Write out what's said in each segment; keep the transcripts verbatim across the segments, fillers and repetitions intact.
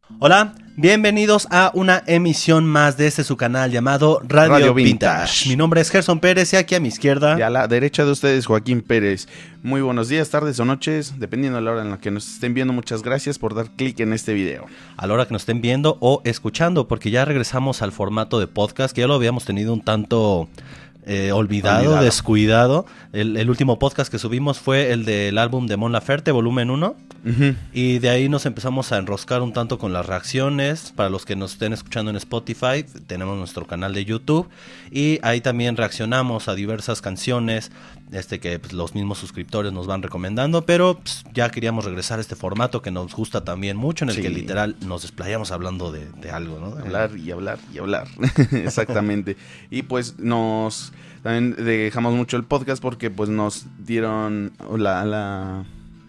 Hola, bienvenidos a una emisión más de este su canal llamado Radio, Radio Vintage. Vintage. Mi nombre es Gerson Pérez y aquí a mi izquierda... Y a la derecha de ustedes, Joaquín Pérez. Muy buenos días, tardes o noches, dependiendo de la hora en la que nos estén viendo. Muchas gracias por dar clic en este video. A la hora que nos estén viendo o escuchando, porque ya regresamos al formato de podcast, que ya lo habíamos tenido un tanto... Eh, olvidado, olvidado, descuidado. El, el último podcast que subimos fue el del álbum de Mon Laferte, volumen uno. Uh-huh. Y de ahí nos empezamos a enroscar un tanto con las reacciones. Para los que nos estén escuchando en Spotify, tenemos nuestro canal de YouTube. Y ahí también reaccionamos a diversas canciones este que pues, los mismos suscriptores nos van recomendando. Pero pues, ya queríamos regresar a este formato que nos gusta también mucho, en el sí. que literal nos desplayamos hablando de, de algo, ¿no? Hablar y hablar y hablar. Exactamente. Y pues nos... También dejamos mucho el podcast porque pues nos dieron la, la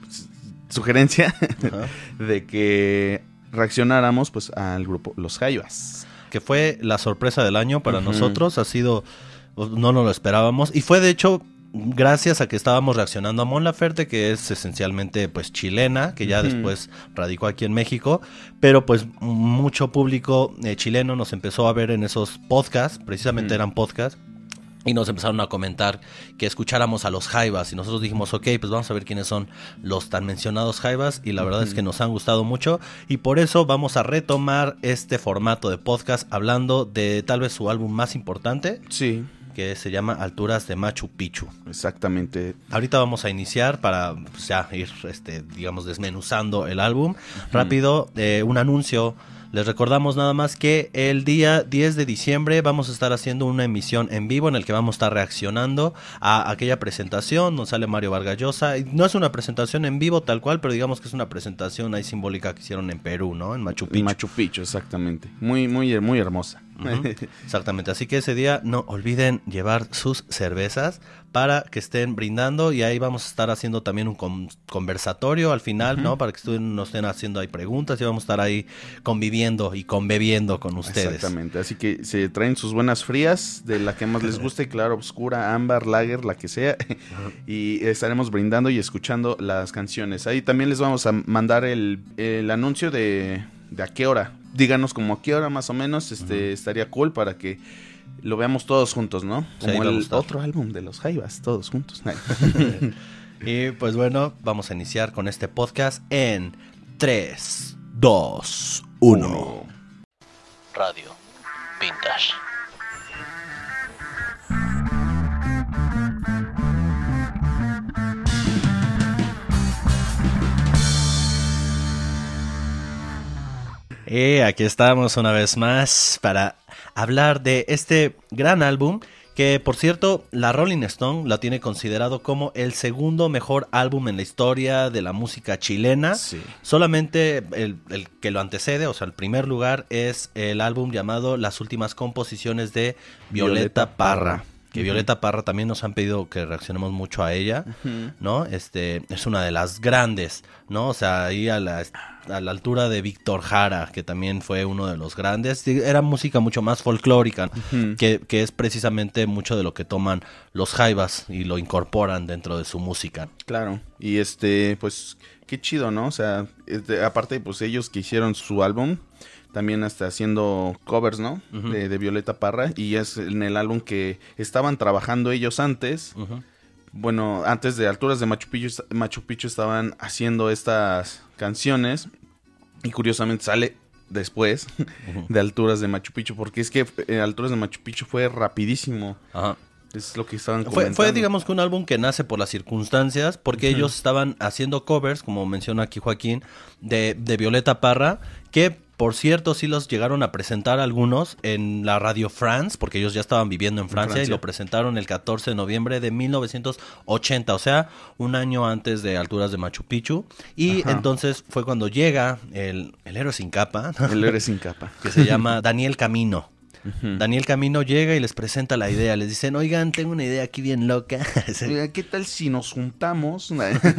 sugerencia de que reaccionáramos pues al grupo Los Jaivas. Que fue la sorpresa del año para uh-huh. nosotros, ha sido, no nos lo esperábamos y fue de hecho gracias a que estábamos reaccionando a Mon Laferte, que es esencialmente pues chilena, que ya uh-huh. después radicó aquí en México, pero pues mucho público eh, chileno nos empezó a ver en esos podcasts, precisamente uh-huh. eran podcasts. Y nos empezaron a comentar que escucháramos a los Jaivas y nosotros dijimos, ok, pues vamos a ver quiénes son los tan mencionados Jaivas y la verdad uh-huh. es que nos han gustado mucho y por eso vamos a retomar este formato de podcast hablando de tal vez su álbum más importante. Sí. Que se llama Alturas de Machu Picchu. Exactamente. Ahorita vamos a iniciar para pues, ya ir, este, digamos, desmenuzando el álbum. Uh-huh. Rápido, eh, un anuncio. Les recordamos nada más que el día diez de diciembre vamos a estar haciendo una emisión en vivo en el que vamos a estar reaccionando a aquella presentación donde sale Mario Vargas Llosa. No es una presentación en vivo tal cual, pero digamos que es una presentación ahí simbólica que hicieron en Perú, ¿no? En Machu Picchu. En Machu Picchu, exactamente. Muy, muy, muy hermosa. Uh-huh. Exactamente, así que ese día no olviden llevar sus cervezas para que estén brindando y ahí vamos a estar haciendo también un con- conversatorio al final, uh-huh. ¿no? Para que estén, nos estén haciendo ahí preguntas y vamos a estar ahí conviviendo y conbebiendo con ustedes. Exactamente, así que se traen sus buenas frías de la que más les guste, claro, oscura, ámbar, lager, la que sea, uh-huh. y estaremos brindando y escuchando las canciones. Ahí también les vamos a mandar el, el anuncio de, de a qué hora. Díganos como a qué hora más o menos, este uh-huh. estaría cool para que lo veamos todos juntos, ¿no? Como sí, el otro álbum de los Jaivas, todos juntos. Y pues bueno, vamos a iniciar con este podcast en tres, dos, uno. Radio Vintage. Y aquí estamos una vez más para hablar de este gran álbum que, por cierto, la Rolling Stone la tiene considerado como el segundo mejor álbum en la historia de la música chilena. Sí. Solamente el, el que lo antecede, o sea, el primer lugar es el álbum llamado Las Últimas Composiciones de Violeta, Violeta Parra. Parra. Que uh-huh. Violeta Parra también nos han pedido que reaccionemos mucho a ella, uh-huh. ¿no? Este, es una de las grandes, ¿no? O sea, ahí a la, a la altura de Víctor Jara, que también fue uno de los grandes. Era música mucho más folclórica, uh-huh. que, que es precisamente mucho de lo que toman los Jaivas y lo incorporan dentro de su música. Claro, y este, pues, qué chido, ¿no? O sea, este, aparte, pues, ellos que hicieron su álbum... También hasta haciendo covers, ¿no? Uh-huh. De, de Violeta Parra. Y es en el álbum que estaban trabajando ellos antes. Uh-huh. Bueno, antes de Alturas de Machu Picchu, Machu Picchu estaban haciendo estas canciones. Y curiosamente sale después uh-huh. de Alturas de Machu Picchu. Porque es que eh, Alturas de Machu Picchu fue rapidísimo. Ajá. Es lo que estaban comentando. Fue, fue, digamos, que un álbum que nace por las circunstancias, porque uh-huh. ellos estaban haciendo covers, como menciona aquí Joaquín, de, de Violeta Parra, que... Por cierto, sí los llegaron a presentar algunos en la Radio France, porque ellos ya estaban viviendo en Francia, en Francia. Y lo presentaron el catorce de noviembre de mil novecientos ochenta, o sea, un año antes de Alturas de Machu Picchu. Y Ajá. entonces fue cuando llega el, el héroe sin capa, ¿no? El héroe sin capa. Que se llama Daniel Camino. Uh-huh. Daniel Camino llega y les presenta la idea. Les dicen, oigan, tengo una idea aquí bien loca. Oiga, ¿qué tal si nos juntamos?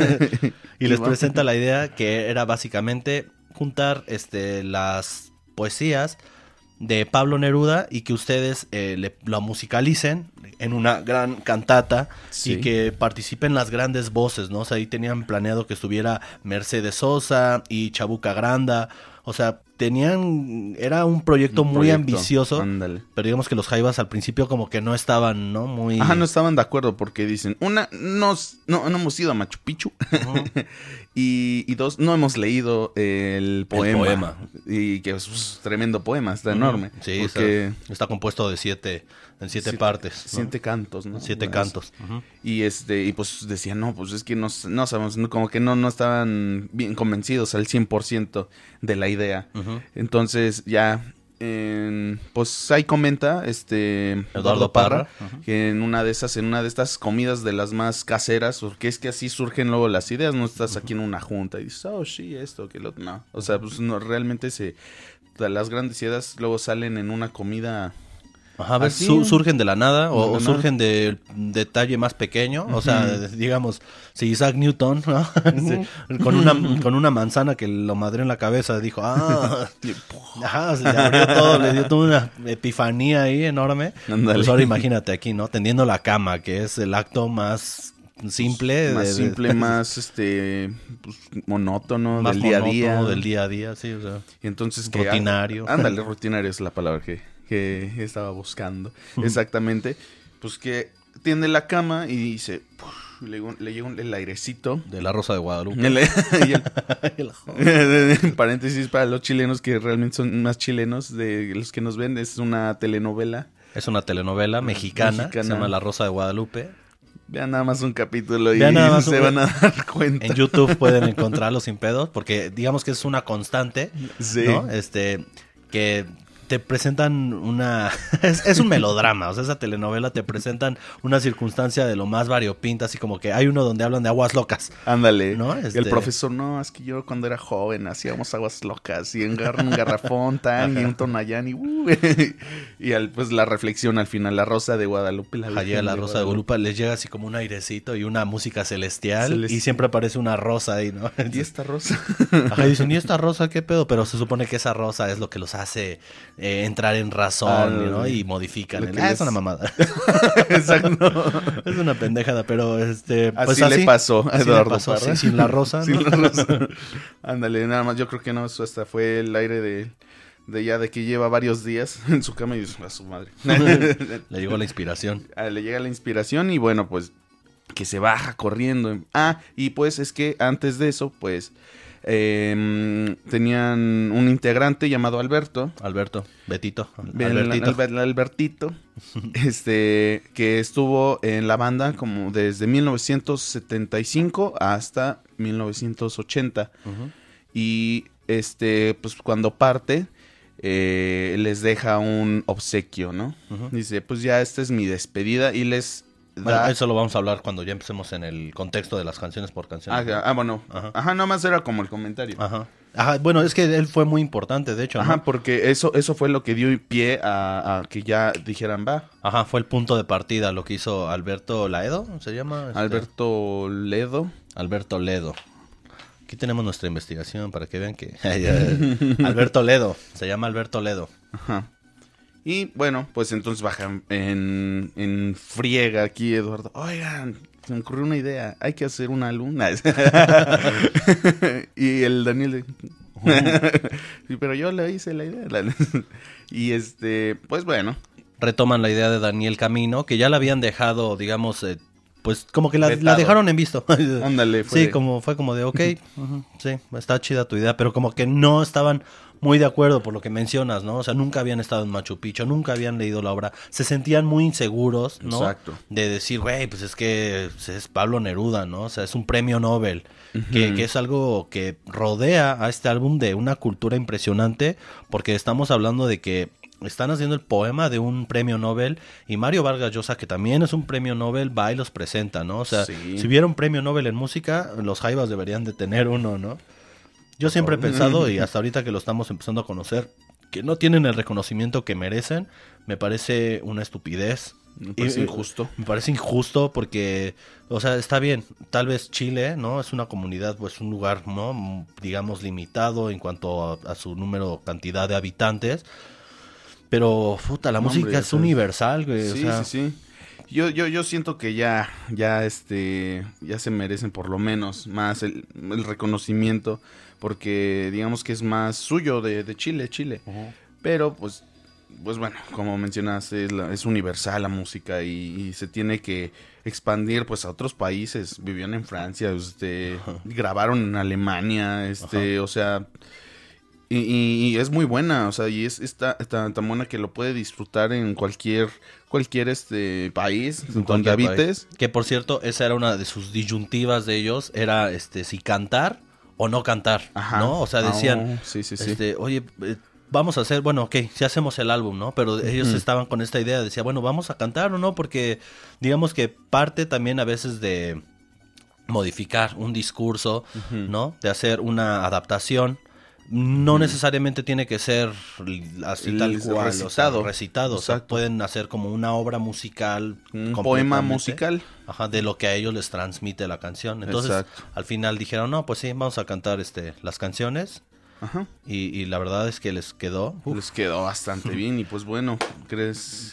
Y les presenta la idea que era básicamente... juntar este las poesías de Pablo Neruda y que ustedes eh, le, lo musicalicen en una gran cantata sí. y que participen las grandes voces, ¿no? O sea, ahí tenían planeado que estuviera Mercedes Sosa y Chabuca Granda, o sea, tenían, era un proyecto, Un muy proyecto, ambicioso, ándale. pero digamos que los Jaivas al principio como que no estaban, ¿no? Muy... Ajá, no estaban de acuerdo porque dicen, una, nos, no, no hemos ido a Machu Picchu. Uh-huh. y, y dos, no hemos leído el poema. El poema. Y que es un tremendo poema, está Uh-huh. enorme. Sí, porque está, está compuesto de siete, en siete, siete partes, ¿no? Siete cantos, ¿no? Siete Bueno, cantos. Uh-huh. Y este, y pues decían, no, pues es que no, no sabemos, no, como que no, no estaban bien convencidos al cien por ciento de la idea. Uh-huh. Entonces ya, eh, pues ahí comenta este Eduardo Eduardo Parra, Parra, uh-huh, que en una de esas, en una de estas comidas de las más caseras, porque es que así surgen luego las ideas, no estás aquí en una junta y dices, oh sí, esto, que lo otro, no. O sea, pues no, realmente se, las grandes ideas luego salen en una comida. Ajá, a ver, Así, su- surgen de la nada o, de la o surgen del detalle más pequeño. O sea, Ujú. digamos, si Isaac Newton, ¿no? Este, con una con una manzana que lo madreó en la cabeza, dijo, ah, ajá, se le abrió todo, le dio toda una epifanía ahí enorme. Ándale. Pues ahora imagínate aquí, ¿no? Tendiendo la cama, que es el acto más simple. Más de- de- simple, más este pues, monótono más del día a monótono día. del día a día, sí, o sea. Y entonces que Rutinario. ah, Ándale, rutinario es la palabra que, que estaba buscando. Exactamente. Pues que tiende la cama y dice, "Puf", le, le llega un- el airecito. De la Rosa de Guadalupe. El- y el- El- en paréntesis para los chilenos que realmente son más chilenos de los que nos ven, es una telenovela. Es una telenovela mexicana, Mexicana. se llama La Rosa de Guadalupe. Vean nada más un capítulo y Vean nada más se un- van a dar cuenta. En YouTube pueden encontrarlo sin pedos, porque digamos que es una constante, Sí. ¿no? Este, que te presentan una... es, es un melodrama, o sea, esa telenovela te presentan una circunstancia de lo más variopinta, así como que hay uno donde hablan de aguas locas. Ándale. ¿No? El Este- profesor, no, es que yo cuando era joven hacíamos aguas locas y un, gar- un garrafón tan y un tonayán y uh, y al, pues la reflexión al final, la Rosa de Guadalupe. La Ajá, Virgen llega la Rosa de Guadalupe, les llega así como un airecito y una música celestial, Celestial. y siempre aparece una rosa ahí, ¿no? Y esta rosa. Ajá, y dicen, ¿y esta rosa qué pedo? Pero se supone que esa rosa es lo que los hace eh, entrar en razón, Ah, ¿no? sí. Y modifican. Lo el- que Ah, les- es una mamada. Exacto. Es una pendejada, pero este... Así, pues le pasó a así le Eduardo pasó, Parra. sí, sin la rosa, Sin ¿no? la rosa. Ándale, nada más, yo creo que no, eso hasta fue el aire de, de ya de que lleva varios días en su cama y dice, a su madre. Le llegó la inspiración. Ah, le llega la inspiración y bueno, pues que se baja corriendo. Ah, y pues es que antes de eso, pues eh, tenían un integrante llamado Alberto. Alberto, Betito, El- Albertito. Albert- Albertito, este, que estuvo en la banda como desde mil novecientos setenta y cinco hasta mil novecientos ochenta. Ujú. Y este, pues cuando parte, eh, les deja un obsequio, ¿no? Ujú. Dice, pues ya esta es mi despedida y les Bueno, da... eso lo vamos a hablar cuando ya empecemos en el contexto de las canciones por canciones. Ah, ah, bueno. Ajá. Ajá, nada más era como el comentario. Ajá. Ajá, bueno, es que él fue muy importante, de hecho, ¿no? Ajá, porque eso, eso fue lo que dio pie a, a que ya dijeran, va, Ajá, fue el punto de partida, lo que hizo Alberto Laedo, ¿se llama? Este, Alberto Ledo. Alberto Ledo. Aquí tenemos nuestra investigación para que vean que... Alberto Ledo, se llama Alberto Ledo. Ajá. Y bueno, pues entonces bajan en, en friega aquí, Eduardo. Oigan, se me ocurrió una idea. Hay que hacer una luna. Y el Daniel de... Sí, pero yo le hice la idea. Y este, pues bueno. Retoman la idea de Daniel Camino, que ya la habían dejado, digamos, eh, pues como que la, Vetado. la dejaron en visto. Ándale, fue. Sí, como fue como de, ok, ujú, sí, está chida tu idea, pero como que no estaban muy de acuerdo por lo que mencionas, ¿no? O sea, nunca habían estado en Machu Picchu, nunca habían leído la obra, se sentían muy inseguros, ¿no? Exacto. De decir, güey, pues es que es Pablo Neruda, ¿no? O sea, es un premio Nobel, que, que es algo que rodea a este álbum de una cultura impresionante, porque estamos hablando de que están haciendo el poema de un premio Nobel y Mario Vargas Llosa, que también es un premio Nobel, va y los presenta, ¿no? O sea, Sí. si hubiera un premio Nobel en música, los Jaivas deberían de tener uno, ¿no? Yo siempre he pensado, y hasta ahorita que lo estamos empezando a conocer, que no tienen el reconocimiento que merecen. Me parece una estupidez. Me parece Y- injusto. Me parece injusto porque, o sea, está bien, tal vez Chile, ¿no? Es una comunidad, pues un lugar, ¿no? Digamos, limitado en cuanto a, a su número, cantidad de habitantes. Pero, puta, la No, música hombre, es o sea, universal, güey. Sí, o sea, sí, sí. Yo, yo, yo siento que ya, ya, este, ya se merecen por lo menos más el, el reconocimiento, porque digamos que es más suyo de, de Chile, Chile. Uh-huh. Pero pues, pues bueno, como mencionaste, es, la, es universal la música y, y se tiene que expandir pues a otros países. Vivían en Francia, este, uh-huh. grabaron en Alemania, este, uh-huh. o sea. Y, y, y es muy buena, o sea, y es está, está tan buena que lo puede disfrutar en cualquier cualquier este país en donde habites. País. Que por cierto, esa era una de sus disyuntivas de ellos, era este si cantar o no cantar, Ajá. ¿no? O sea, decían, oh, sí, sí, sí. este, oye, eh, vamos a hacer, bueno, ok, si hacemos el álbum, ¿no? Pero ellos uh-huh. estaban con esta idea, decía, bueno, vamos a cantar o no, porque digamos que parte también a veces de modificar un discurso, uh-huh. ¿no? De hacer una adaptación. No mm. necesariamente tiene que ser así el tal cual, recitado, o sea, recitado. O sea, pueden hacer como una obra musical, un poema musical, ajá, de lo que a ellos les transmite la canción. Entonces, Exacto. al final dijeron, no, pues sí, vamos a cantar este las canciones. Ajá. Y, y la verdad es que les quedó, uf. les quedó bastante bien. Y pues bueno, ¿crees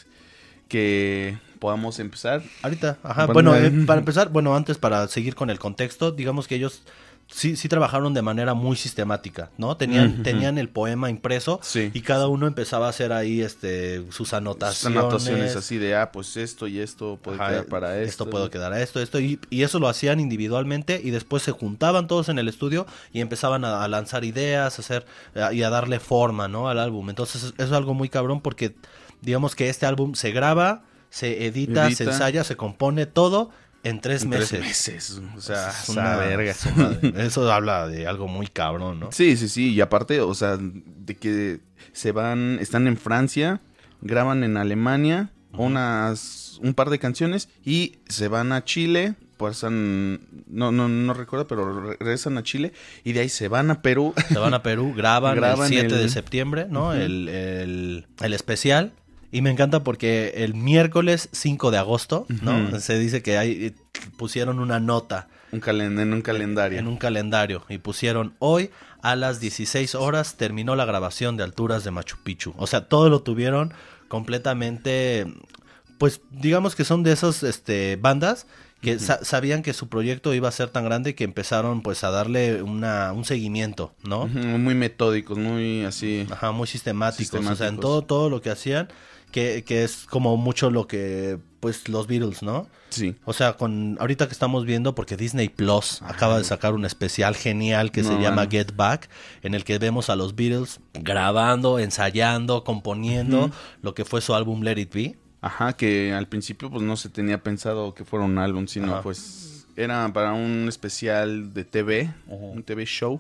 que podamos empezar? Ahorita, ajá. Bueno, bueno eh, para empezar, bueno, antes para seguir con el contexto, digamos que ellos Sí, sí trabajaron de manera muy sistemática, ¿no? Tenían, uh-huh. tenían el poema impreso sí. y cada uno empezaba a hacer ahí este sus anotaciones. Sus anotaciones así de, ah, pues esto y esto puede Ajá, quedar para esto. Esto puede quedar a esto, esto. Y, y eso lo hacían individualmente y después se juntaban todos en el estudio y empezaban a, a lanzar ideas, a hacer a, y a darle forma, ¿no? Al álbum. Entonces eso es algo muy cabrón porque digamos que este álbum se graba, se edita, edita. se ensaya, se compone todo en tres en meses. Tres meses, o sea, es una verga. Es una, eso habla de algo muy cabrón, ¿no? Sí, sí, sí, y aparte, o sea, de que se van, están en Francia, graban en Alemania uh-huh. unas, un par de canciones y se van a Chile, pasan, no, no, no recuerdo, pero regresan a Chile y de ahí se van a Perú. Se van a Perú, graban, graban el siete el... de septiembre, ¿no? Uh-huh. El, el, el especial. Y me encanta porque el miércoles cinco de agosto, ¿no? Uh-huh. Se dice que ahí pusieron una nota. Un calen- en un calendario. En un calendario. Y pusieron, hoy a las dieciséis horas terminó la grabación de Alturas de Machu Picchu. O sea, todo lo tuvieron completamente, pues digamos que son de esas este, bandas que uh-huh. sa- sabían que su proyecto iba a ser tan grande que empezaron pues a darle una un seguimiento, ¿no? Uh-huh. Muy metódicos, muy así. Ajá, muy sistemáticos. sistemáticos. O sea, en todo, todo lo que hacían. Que, que es como mucho lo que, pues, los Beatles, ¿no? Sí. O sea, con ahorita que estamos viendo, porque Disney Plus Ajá. acaba de sacar un especial genial que no, se llama bueno. Get Back, en el que vemos a los Beatles grabando, ensayando, componiendo uh-huh. lo que fue su álbum Let It Be. Ajá, que al principio, pues, no se tenía pensado que fuera un álbum, sino, Ajá. pues, era para un especial de T V, uh-huh. un T V show.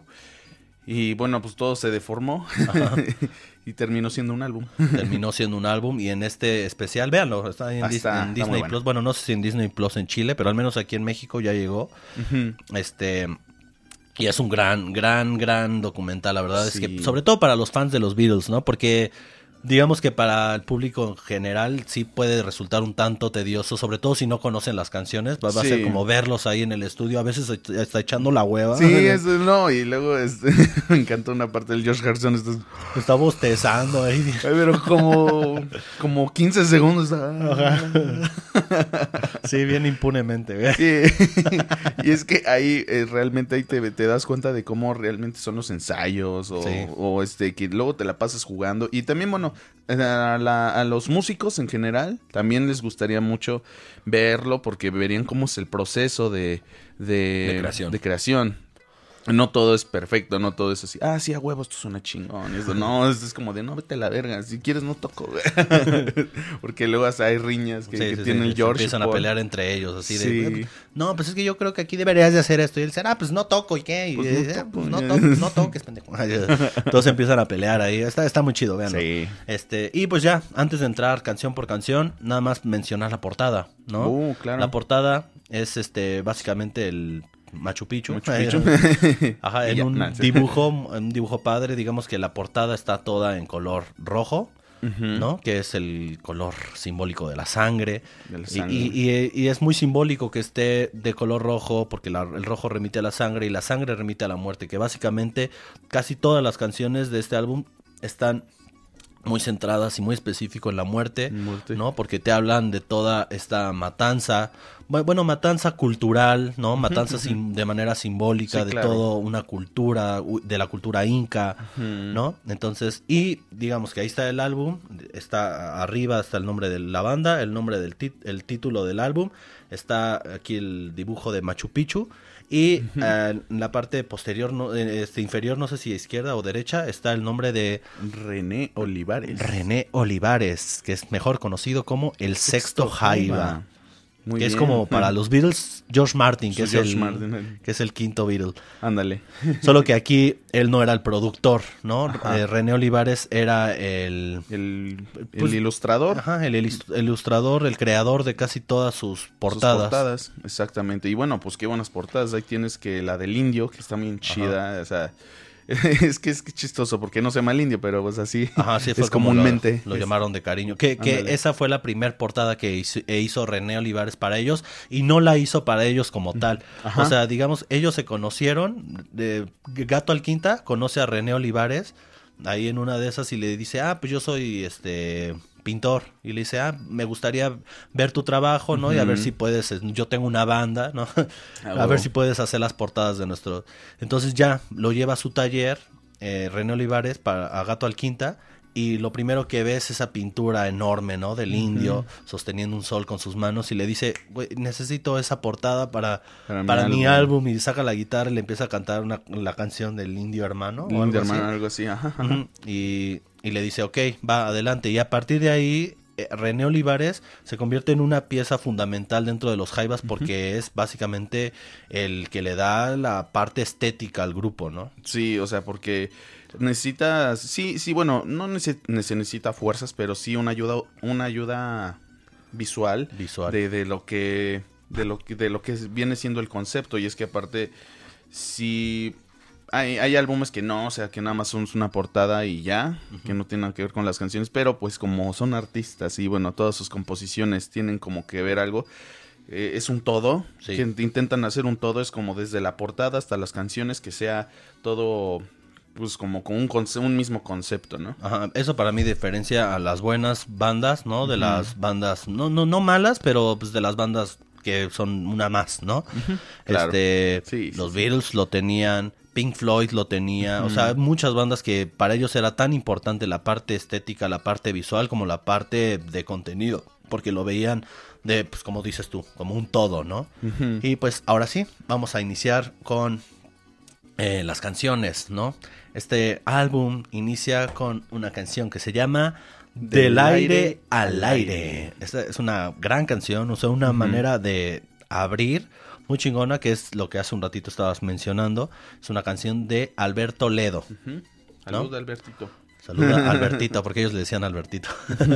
Y bueno, pues todo se deformó y terminó siendo un álbum. Terminó siendo un álbum y en este especial, véanlo, está en, está, en Disney Plus. Bueno. bueno, no sé si en Disney Plus en Chile, pero al menos aquí en México ya llegó. Uh-huh. Este y es un gran, gran, gran documental, la verdad sí. es que sobre todo para los fans de los Beatles, ¿no? Porque digamos que para el público en general sí puede resultar un tanto tedioso, sobre todo si no conocen las canciones. Va, va sí. a ser como verlos ahí en el estudio, a veces está echando la hueva. Sí, eso no, y luego este, me encantó una parte del George Harrison. Está, está bostezando ahí. Ay, pero como, como quince segundos. Ajá. Sí, bien impunemente. Sí. Y es que ahí eh, realmente ahí te, te das cuenta de cómo realmente son los ensayos o, sí. o este que luego te la pasas jugando. Y también, bueno, A, la, a los músicos en general también les gustaría mucho verlo porque verían cómo es el proceso de, de, de, creación. de creación. No todo es perfecto, no todo es así, ah, sí, a huevo, esto suena chingón. Esto, no, es, es como de, no, vete a la verga, si quieres no toco. Porque luego hasta hay riñas que, sí, que sí, tiene sí, el George. Empiezan Paul. a pelear entre ellos, así sí. de, no, pues es que yo creo que aquí deberías de hacer esto. Y él dice, ah, pues no toco, ¿y qué? Y pues no, dice, toco, pues no, to- no toques, pendejo. Entonces empiezan a pelear ahí, está, está muy chido, véanlo. Sí. Este, y pues ya, antes de entrar canción por canción, nada más mencionar la portada, ¿no? Uh, claro. La portada es este básicamente el Machu Picchu, Machu Picchu. Ajá, en un dibujo, un dibujo padre, digamos que la portada está toda en color rojo, uh-huh. ¿no? Que es el color simbólico de la sangre, de la sangre. Y, y, y es muy simbólico que esté de color rojo porque la, el rojo remite a la sangre y la sangre remite a la muerte, que básicamente casi todas las canciones de este álbum están muy centradas y muy específico en la muerte, Muerte. ¿no? Porque te hablan de toda esta matanza, bu- bueno, matanza cultural, ¿no? Matanza sim- de manera simbólica, Sí, de claro. toda una cultura, u- de la cultura inca, Ujú. ¿no? Entonces, y digamos que ahí está el álbum, está arriba está el nombre de la banda, el nombre del tit- el título del álbum, está aquí el dibujo de Machu Picchu, y eh, en la parte posterior, no, eh, este, inferior, no sé si izquierda o derecha, está el nombre de René Olivares. René Olivares, que es mejor conocido como el Sexto Jaiba, Muy que es bien. como para los Beatles, George Martin, que, Su es George el, Martin. que es el quinto Beatle. Ándale. Solo que aquí él no era el productor, ¿no? Ajá. Eh, René Olivares era el... El, el Pues, ilustrador. Ajá, el ilus- el ilustrador, el creador de casi todas sus Sus portadas. portadas, exactamente. Y bueno, pues qué buenas portadas. Ahí tienes que la del indio, que está bien chida. O sea, es que es que chistoso, porque no se llama el indio, pero pues así Ajá, sí, fue es como comúnmente. Lo, lo Es- llamaron de cariño. Que, que Ándale. esa fue la primer portada que hizo, e hizo René Olivares para ellos, y no la hizo para ellos como tal. Ajá. O sea, digamos, ellos se conocieron, de Gato Alquinta conoce a René Olivares ahí en una de esas y le dice, ah, pues yo soy este pintor, y le dice, ah, me gustaría ver tu trabajo, ¿no? Y a ver Ujú. si puedes, yo tengo una banda, ¿no? Ah, A huevo. ver si puedes hacer las portadas de nuestro... Entonces ya lo lleva a su taller, eh, René Olivares, para, a Gato Alquinta, y lo primero que ve es esa pintura enorme, ¿no? Del indio sosteniendo un sol con sus manos, y le dice, güey, necesito esa portada para, Para para, mi mi, álbum. álbum. Y saca la guitarra y le empieza a cantar una, la canción del indio hermano. o Indio, algo así. hermano, algo así. Ajá, ajá. Ujú. Y, y le dice, ok, va adelante. Y a partir de ahí, eh, René Olivares se convierte en una pieza fundamental dentro de los Jaivas, porque es básicamente el que le da la parte estética al grupo, ¿no? Sí, o sea, porque necesitas, sí, sí, bueno, no nece- se necesita fuerzas, pero sí una ayuda, una ayuda visual, Visual. de, de lo que, de lo que, de lo que es- viene siendo el concepto. Y es que aparte, sí, hay, hay álbumes que no, o sea, que nada más son una portada y ya, que no tienen nada que ver con las canciones, pero pues como son artistas y bueno, todas sus composiciones tienen como que ver algo. Eh, es un todo, Sí. que intentan hacer un todo, es como desde la portada hasta las canciones, que sea todo pues como con un, conce- un mismo concepto, ¿no? Ajá, eso para mí diferencia a las buenas bandas, ¿no? De Ujú. las bandas, no, no, no malas, pero pues de las bandas que son una más, ¿no? claro. Este, Sí, sí, los sí. Beatles lo tenían, Pink Floyd lo tenía, o sea, muchas bandas que para ellos era tan importante la parte estética, la parte visual, como la parte de contenido, porque lo veían de, pues como dices tú, como un todo, ¿no? Ujú. Y pues ahora sí, vamos a iniciar con eh, las canciones, ¿no? Este álbum inicia con una canción que se llama Del aire al aire. Esta es una gran canción, o sea, una Ujú. manera de abrir muy chingona, que es lo que hace un ratito estabas mencionando. Es una canción de Alberto Ledo. Ujú. Salud, Albertito. Saluda a Albertito, porque ellos le decían Albertito.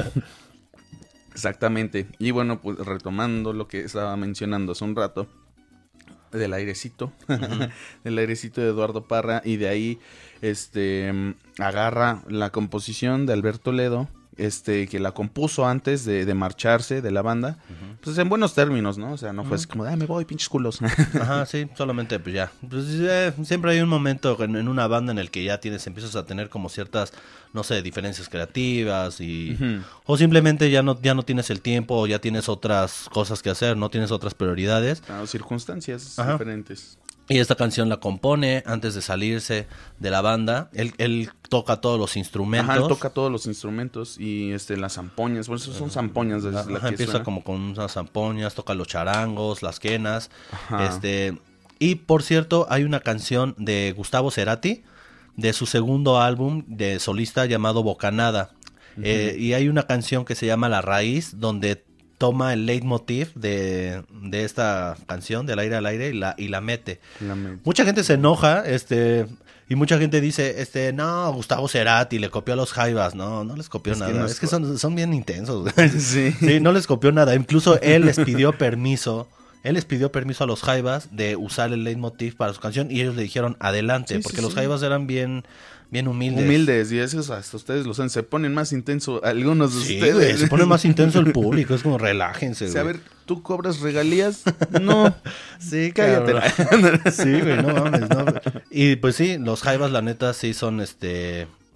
Exactamente. Y bueno, pues retomando lo que estaba mencionando hace un rato, del airecito, del airecito de Eduardo Parra, y de ahí este mm, agarra la composición de Alberto Ledo, este que la compuso antes de, de marcharse de la banda, pues en buenos términos, ¿no? O sea, no fue así como, ah, me voy, pinches culos. Ajá, sí, solamente pues ya. Pues, eh, siempre hay un momento en, en una banda en el que ya tienes, empiezas a tener como ciertas, no sé, diferencias creativas y Ujú. o simplemente ya no, ya no tienes el tiempo, o ya tienes otras cosas que hacer, no tienes otras prioridades. Ah, circunstancias Ajá. diferentes. Y esta canción la compone antes de salirse de la banda. Él, él toca todos los instrumentos. Ajá, él toca todos los instrumentos y este las zampoñas, bueno, eso son zampoñas desde Ajá, la que empieza suena. como con unas zampoñas, toca los charangos, las quenas. Ajá. Este, y por cierto, hay una canción de Gustavo Cerati, de su segundo álbum de solista llamado Bocanada. Eh, y hay una canción que se llama La Raíz, donde toma el leitmotiv de, de esta canción, Del aire al aire, y la, y la mete. La me- Mucha gente se enoja, este, y mucha gente dice, este, no, Gustavo Cerati le copió a los Jaivas. No, no les copió Es que nada. no es es que co- son, son bien intensos. güey. Sí. Sí, no les copió nada. Incluso él les pidió permiso. Él les pidió permiso a los Jaivas de usar el leitmotiv para su canción, y ellos le dijeron adelante, Sí, porque sí, los sí. Jaivas eran bien, bien humildes. Humildes, y esos hasta ustedes lo saben, se ponen más intenso algunos de Sí, ustedes. güey, se pone más intenso el público, es como relájense, O sea, a güey. ver, ¿tú cobras regalías? No. Sí, Cállate. cabrón. Sí, güey, no mames, no. Y pues sí, los Jaivas, la neta, sí son, este,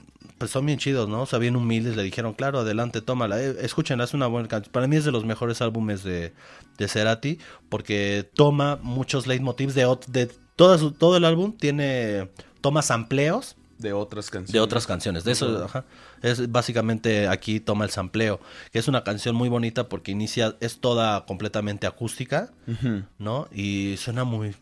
pues son bien chidos, ¿no? O sea, bien humildes, le dijeron, claro, adelante, tómala, eh, escúchenla, es una buena canción. Para mí es de los mejores álbumes de, de Cerati, porque toma muchos leitmotivs de, de todo, su, todo el álbum, tiene, toma sampleos. De otras canciones. De otras canciones, de eso, uh-huh. Ajá. Es básicamente aquí toma el sampleo, que es una canción muy bonita porque inicia, es toda completamente acústica, uh-huh. ¿no? Y suena muy...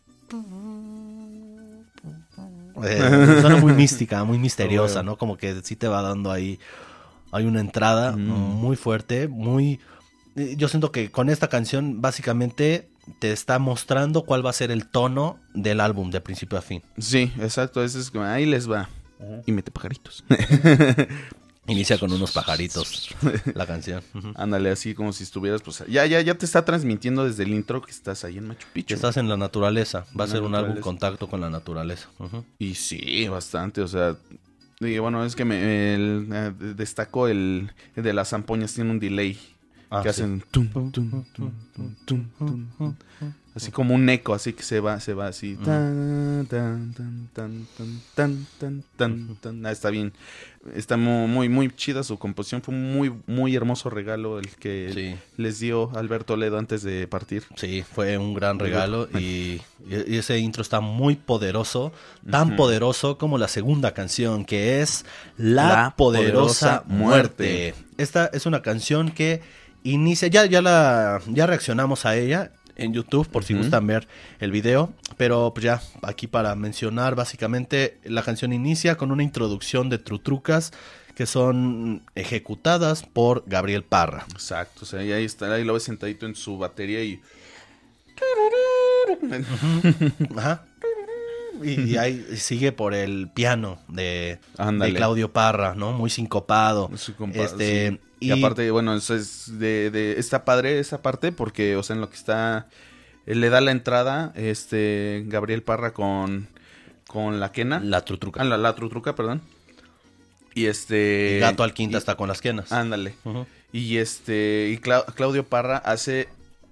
Eh, suena muy mística, muy misteriosa, oh, ¿no? Como que sí te va dando ahí, hay una entrada mm. muy fuerte, muy... Yo siento que con esta canción básicamente te está mostrando cuál va a ser el tono del álbum de principio a fin. Sí, exacto, eso es como, ahí les va. Uh-huh. Y mete pajaritos. Inicia con unos pajaritos la canción. Uh-huh. Ándale, así como si estuvieras, pues, ya, ya, ya te está transmitiendo desde el intro que estás ahí en Machu Picchu. Que estás en la naturaleza, va a ser un álbum contacto con la naturaleza. Uh-huh. Y sí, bastante, o sea, y bueno, es que me el, eh, destaco el, el de las zampoñas, tiene un delay. Ah, que sí. hacen tum, tum, tum, tum, tum, tum, tum, así como un eco, así que se va, se va así. Uh-huh. Tan, tan, tan, tan, tan, tan, tan, tan. Ah, está bien. Está muy, muy, muy chida su composición. Fue un muy, muy hermoso regalo el que sí. les dio Alberto Ledo antes de partir. Sí, fue un gran regalo y, y ese intro está muy poderoso, tan uh-huh. poderoso como la segunda canción, que es La, la Poderosa, poderosa muerte. muerte. Esta es una canción que inicia, ya, ya la, ya reaccionamos a ella en YouTube por si uh-huh. gustan ver el video, pero pues ya aquí para mencionar básicamente la canción inicia con una introducción de trutrucas que son ejecutadas por Gabriel Parra. Exacto, o sea, ahí está, ahí lo ves sentadito en su batería y uh-huh. Ajá. Y, y ahí sigue por el piano de, de Claudio Parra, ¿no? Muy sincopado. Sincopado este sí. Y, y aparte, bueno, eso es de, de está padre esa parte porque, o sea, en lo que está, le da la entrada, este, Gabriel Parra con, con la quena. La trutruca. Ah, la, la trutruca, perdón. Y este... Y Gato Alquinta y, está con las quenas. Ándale. Uh-huh. Y este, y Cla- Claudio Parra hace,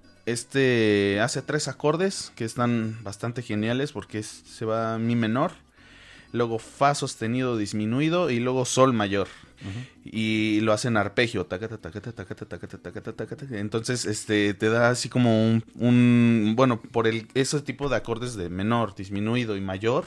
este, hace tres acordes que están bastante geniales porque es, se va mi menor, luego fa sostenido disminuido y luego sol mayor. Uh-huh. Y lo hacen arpegio, tacata, tacata, tacata, tacata, tacata, tacata. Entonces, este, te da así como un, un, bueno, por el ese tipo de acordes de menor, disminuido y mayor,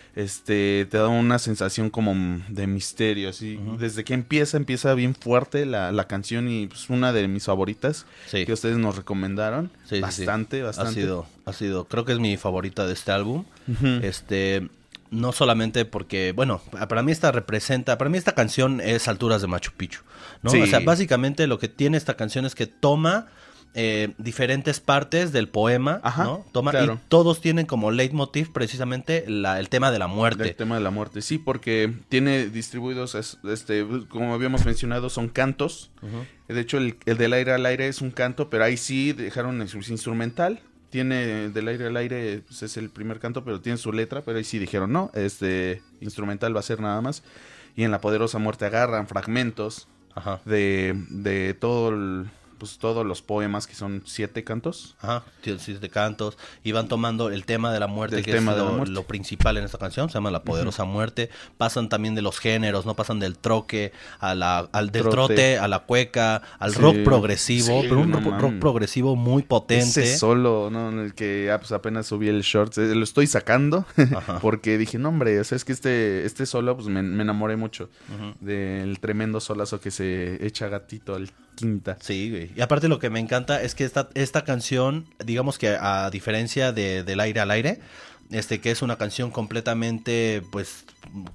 este, te da una sensación como de misterio, así. Uh-huh. Desde que empieza, empieza bien fuerte la, la canción y es pues, una de mis favoritas sí. que ustedes nos recomendaron. Sí, bastante, sí. bastante. Ha sido, ha sido, creo que es mi favorita de este álbum. Uh-huh. Este... No solamente porque, bueno, para mí esta representa, para mí esta canción es Alturas de Machu Picchu, ¿no? Sí. O sea, básicamente lo que tiene esta canción es que toma eh, diferentes partes del poema, Ajá, ¿no? Toma claro. Y todos tienen como leitmotiv precisamente la, el tema de la muerte. El tema de la muerte, sí, porque tiene distribuidos, este, como habíamos mencionado, son cantos. Uh-huh. De hecho, el, el del aire al aire es un canto, pero ahí sí dejaron el instrumental. Tiene del aire al aire, pues es el primer canto, pero tiene su letra, pero ahí sí dijeron no, este instrumental va a ser nada más. Y en La Poderosa Muerte agarran fragmentos Ajá. de, de todo el, pues todos los poemas, que son siete cantos. Ajá, siete cantos, y van tomando el tema de la muerte, Del que tema es lo, muerte. lo principal en esta canción, se llama La Poderosa uh-huh. Muerte. Pasan también de los géneros, ¿no? Pasan del troque, a la, al del trote. trote, a la cueca, al sí. rock progresivo, sí, pero un no, rock, rock progresivo muy potente. Ese solo, ¿no? En el que ah, pues apenas subí el short, lo estoy sacando, porque dije, no hombre, o sea, es que este, este solo, pues me, me enamoré mucho uh-huh. del tremendo solazo que se echa Gatito al Quinta. Sí, güey. Y aparte lo que me encanta es que esta, esta canción, digamos que a diferencia de Del aire al aire, este que es una canción completamente, pues,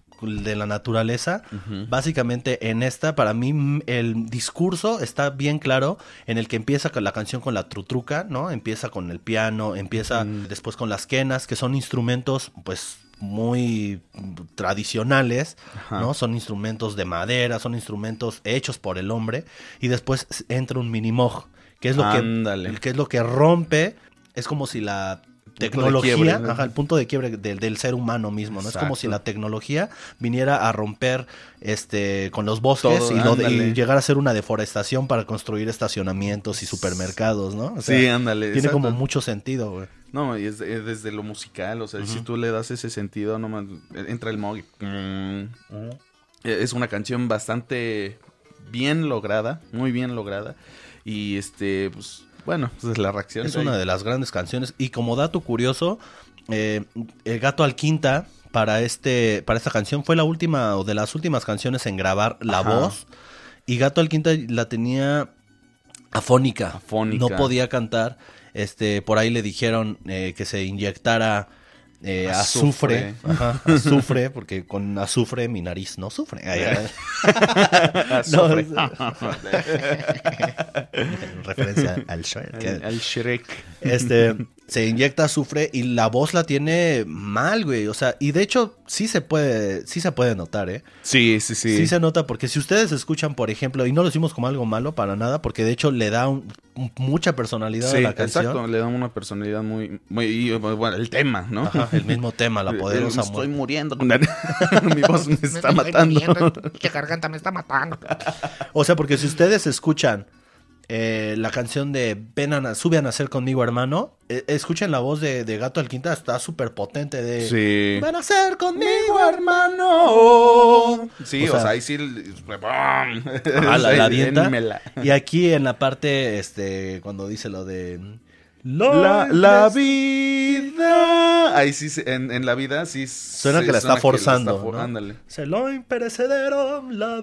de la naturaleza, uh-huh. básicamente en esta, para mí, el discurso está bien claro, en el que empieza con la canción con la trutruca, ¿no? Empieza con el piano, empieza uh-huh. después con las quenas, que son instrumentos, pues, muy tradicionales, Ajá. ¿no? Son instrumentos de madera, son instrumentos hechos por el hombre, y después entra un minimoj, que es lo Ándale. que que es lo que rompe, es como si la tecnología, quiebre, ¿no? Ajá, el punto de quiebre del, del ser humano mismo, ¿no? Exacto. Es como si la tecnología viniera a romper este con los bosques Todo, y, lo, y llegar a hacer una deforestación para construir estacionamientos y supermercados, ¿no? O sea, sí, ándale. Tiene exacto. como mucho sentido, güey. No, y es, es desde lo musical, o sea, uh-huh. si tú le das ese sentido, nomás entra el mog. Uh-huh. Es una canción bastante bien lograda, muy bien lograda. Y este, pues, bueno, pues es la reacción. Es una de las grandes canciones. Y como dato curioso, eh, El Gato Alquinta para este, para esta canción fue la última o de las últimas canciones en grabar la Ajá. voz. Y Gato Alquinta la tenía afónica. Afónica. No podía cantar. Este, por ahí le dijeron eh, que se inyectara eh, azufre. Azufre. Ajá, azufre, porque con azufre mi nariz no sufre. Ay, ay. Azufre. No, en referencia al Shrek. Al, al Shrek. Este, se inyecta azufre y la voz la tiene mal, güey. O sea, y de hecho sí se puede, sí se puede notar, ¿eh? Sí, sí, sí. Sí se nota porque si ustedes escuchan, por ejemplo, y no lo decimos como algo malo para nada, porque de hecho le da un- un- mucha personalidad Sí, a la canción. exacto, le da una personalidad muy, muy, y, bueno, el tema, ¿no? Ajá, el mismo tema, la poderosa Me estoy muerte. muriendo. Mi voz me está Me estoy matando. muriendo, pinche garganta me está matando. O sea, porque si ustedes escuchan eh, la canción de Ven a, na- Sube a nacer conmigo, hermano, eh, escuchen la voz de, de Gato Alquinta, está súper potente de Sí. Ven a nacer conmigo, hermano. Sí, O o sea, sea, ahí sí. ¡Bum! Ajá, la, la avienta. Énmela. Y aquí en la parte, este, cuando dice lo de La, la vida. Ahí sí, se- en, en la vida sí. Suena sí, que la está forzando, for- ¿no? Ándale. Se lo imperecedero, la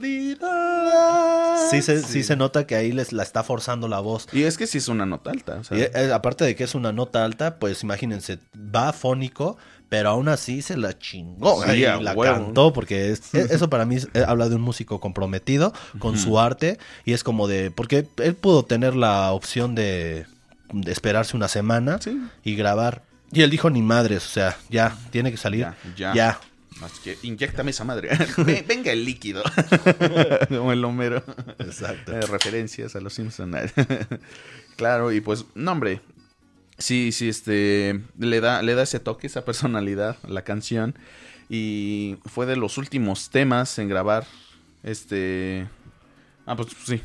vida. Sí se, sí. Sí. se nota que ahí les la está forzando la voz. Y es que sí es una nota alta. O sea, Y, eh, aparte de que es una nota alta, pues imagínense, va afónico, pero aún así se la chingó. Sí, y a la huevo. cantó, porque es- e- eso para mí es- eh, habla de un músico comprometido con su arte. Y es como de, porque él pudo tener la opción de, de esperarse una semana Sí. y grabar. Y él dijo, ni madres, o sea, ya, tiene que salir. Ya, ya. ya. Más que inyéctame esa madre. Ven- Venga el líquido. Como el Homero. Exacto. Eh, referencias a los Simpsons. Claro, y pues, no, hombre. Sí, sí, este. Le da, le da ese toque, esa personalidad a la canción. Y fue de los últimos temas en grabar. Este. Ah, pues sí.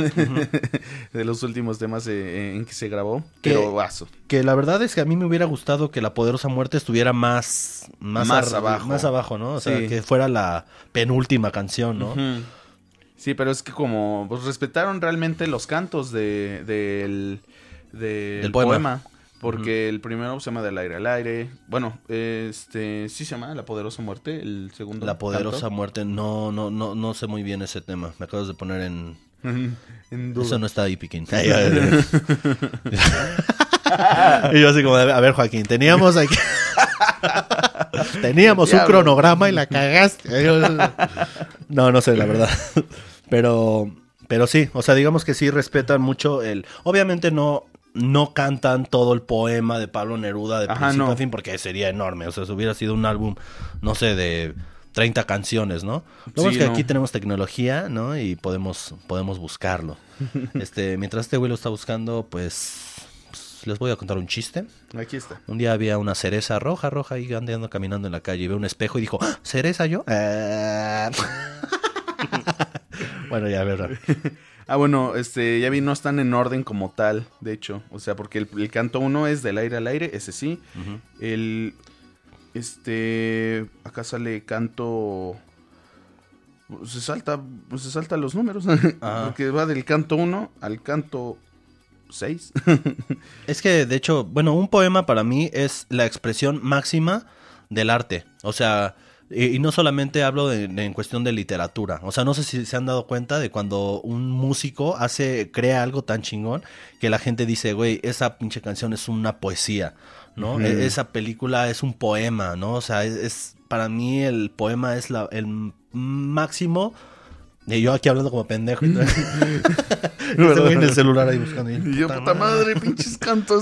De los últimos temas eh, en que se grabó. Que- Pero vaso. Que la verdad es que a mí me hubiera gustado que La Poderosa Muerte estuviera más... Más, Más ar- abajo. Más abajo, ¿no? O sea, Sí. que fuera la penúltima canción, ¿no? Ujú. Sí, pero es que como pues, respetaron realmente los cantos de, del, del Del poema. poema. Porque el primero se llama Del aire al aire. Bueno, este sí se llama La Poderosa Muerte, el segundo. La Poderosa canto. Muerte, no, no, no, no sé muy bien ese tema. Me acabas de poner en... En duda. Eso no está ahí, Piquín. Y yo así como, a ver, Joaquín, teníamos aquí... teníamos un Diablo. cronograma y la cagaste. No, no sé, la verdad. Pero, pero sí, o sea, digamos que sí respetan mucho el... Obviamente no... No cantan todo el poema de Pablo Neruda de Ajá, principio no. a fin porque sería enorme. O sea, si hubiera sido un álbum, no sé, de treinta canciones, ¿no? Lo bueno Sí, es que no. aquí tenemos tecnología, ¿no? Y podemos, podemos buscarlo. Este, mientras este güey lo está buscando, pues, pues, les voy a contar un chiste. Aquí está. Un día había una cereza roja, roja, ahí andando caminando en la calle y ve un espejo y dijo, ¡Ah! ¿Cereza yo? Ah. Bueno, ya, a ver. Ah, bueno, este, ya vi, no están en orden como tal, de hecho. O sea, porque el, el canto uno es Del aire al aire, ese sí. Ujú. El, este, acá sale canto, se salta, se salta los números. Ajá. Porque va del canto uno al canto seis. Es que, de hecho, bueno, un poema para mí es la expresión máxima del arte. O sea, y, y no solamente hablo de, de- en cuestión de literatura. O sea, no sé si se han dado cuenta de cuando un músico hace, crea algo tan chingón que la gente dice, güey, esa pinche canción es una poesía, ¿no? Ujú. E- Esa película es un poema, ¿no? O sea, es, es- para mí el poema es la, el máximo. Y yo aquí hablando como pendejo. Y todo. Este güey en el celular ahí buscando. Y yo, puta madre, pinches cantos.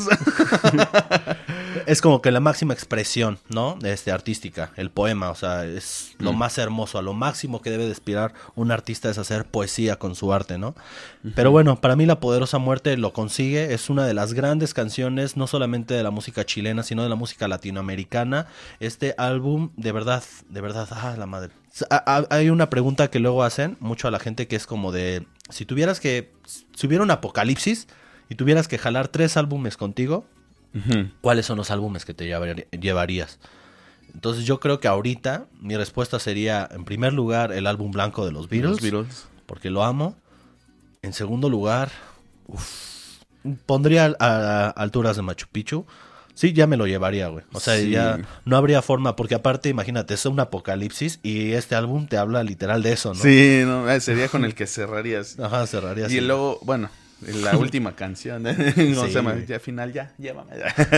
Es como que la máxima expresión, ¿no? Este, artística, el poema, o sea, es lo Mm. más hermoso, a lo máximo que debe de aspirar un artista es hacer poesía con su arte, ¿no? Pero bueno, para mí La Poderosa Muerte lo consigue, es una de las grandes canciones, no solamente de la música chilena, sino de la música latinoamericana. Este álbum, de verdad, de verdad, ah, la madre. A- a- Hay una pregunta que luego hacen mucho a la gente que es como de, si tuvieras que, si hubiera un apocalipsis y tuvieras que jalar tres álbumes contigo, Ujú. ¿cuáles son los álbumes que te llevar- llevarías? Entonces yo creo que ahorita mi respuesta sería, en primer lugar, el álbum blanco de los Beatles. Los Beatles. Porque lo amo. En segundo lugar, uf, pondría a, a alturas de Machu Picchu. Sí, ya me lo llevaría, güey. O sea, Sí. ya no habría forma, porque aparte, imagínate, es un apocalipsis y este álbum te habla literal de eso, ¿no? Sí, no, eh, sería con el que cerrarías. Ajá, cerraría Y así. luego, bueno, la última canción. ¿eh? No Sí, se llama, güey. ya final, ya, llévame.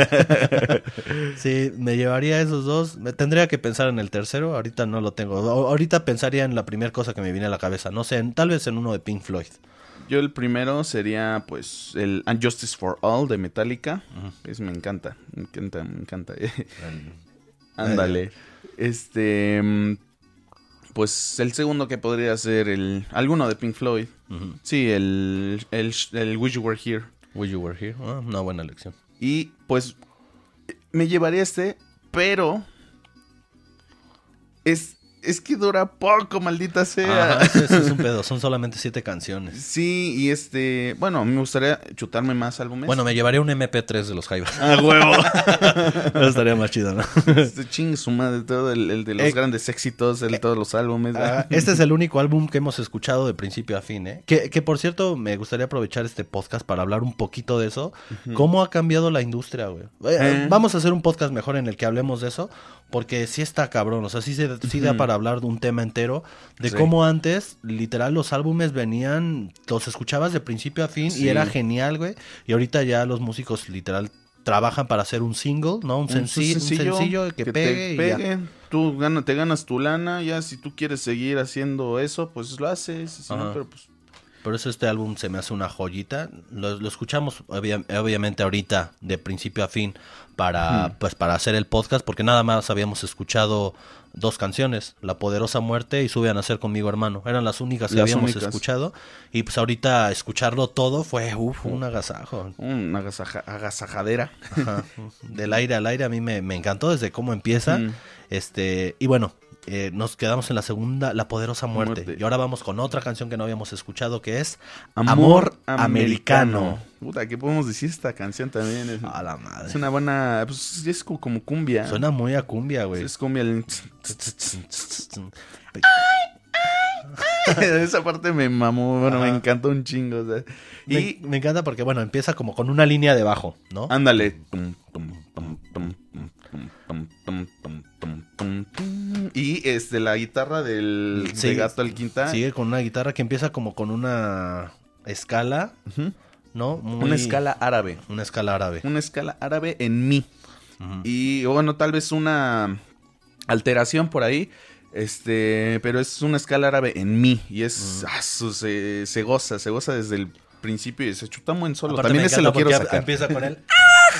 Sí, me llevaría esos dos. Me tendría que pensar en el tercero. Ahorita no lo tengo. A- Ahorita pensaría en la primera cosa que me viene a la cabeza. No sé, en- tal vez en uno de Pink Floyd. Yo el primero sería, pues, el And Justice for All de Metallica. Es, me encanta, me encanta, me encanta. Ándale. Este, mm, pues, el segundo que podría ser el, alguno de Pink Floyd. Ujú. Sí, el, el, el Wish You Were Here. Will You Were Here. Ah, una buena elección. Y, pues, me llevaría este, pero es, es que dura poco, maldita sea. Ajá, ese, ese es un pedo. Son solamente siete canciones. Sí, y este, bueno, me gustaría chutarme más álbumes. Bueno, me llevaría un eme pe tres de los Jaivas. ¡A huevo! Eso estaría más chido, ¿no? Este ching su madre, todo el, el de los Eh, grandes éxitos, el de todos los álbumes. Ah, este es el único álbum que hemos escuchado de principio a fin, ¿eh? Que, que por cierto, me gustaría aprovechar este podcast para hablar un poquito de eso. ¿Cómo ha cambiado la industria, güey? Eh, Eh. Vamos a hacer un podcast mejor en el que hablemos de eso, porque sí está cabrón. O sea, sí, se, sí da para hablar de un tema entero, de Sí. cómo antes, literal, los álbumes venían, los escuchabas de principio a fin Sí. y era genial, güey. Y ahorita ya los músicos, literal, trabajan para hacer un single, ¿no? Un, Un senci- un sencillo, que, te pegue y ya. pegue. Tú gana, te ganas tu lana, ya si tú quieres seguir haciendo eso, pues lo haces. y Si no, Ajá. pero pues Por eso este álbum se me hace una joyita. Lo, lo escuchamos obvia- obviamente ahorita de principio a fin para, pues, para hacer el podcast, porque nada más habíamos escuchado dos canciones, La Poderosa Muerte y Sube a Nacer Conmigo Hermano. Eran las únicas que Las habíamos únicas. escuchado. Y pues ahorita escucharlo todo fue uf, un agasajo. una agasaja- agasajadera. Ajá. Del aire al aire a mí me, me encantó desde cómo empieza. Mm. Este, y bueno, eh, nos quedamos en la segunda, La Poderosa Muerte. Muerte. Y ahora vamos con otra canción que no habíamos escuchado, que es Amor, Amor americano. Americano. Puta, ¿qué podemos decir esta canción también? Es, A la madre. es una buena, pues es como, como cumbia. Suena muy a cumbia, güey. Es cumbia. el- Esa parte me mamó, bueno, me Ajá. encantó un chingo. O sea. Me, Y me encanta porque, bueno, empieza como con una línea de bajo, ¿no? ándale. Tum, tum, tum, tum, tum, tum, tum, tum, tum, tum, tum, tum. Y este, la guitarra del Sí, de Gato al Quinta. Sigue con una guitarra que empieza como con una escala, Ujú. ¿no? Muy- Una escala árabe. Una escala árabe. Una escala árabe en mi. Ujú. Y bueno, tal vez una alteración por ahí. Este, pero es una escala árabe en mi. Y es. ah, su- se, se goza, se goza desde el principio y se chuta muy en solo. Aparte También me ese lo encanta quiero porque sacar. Empieza con él.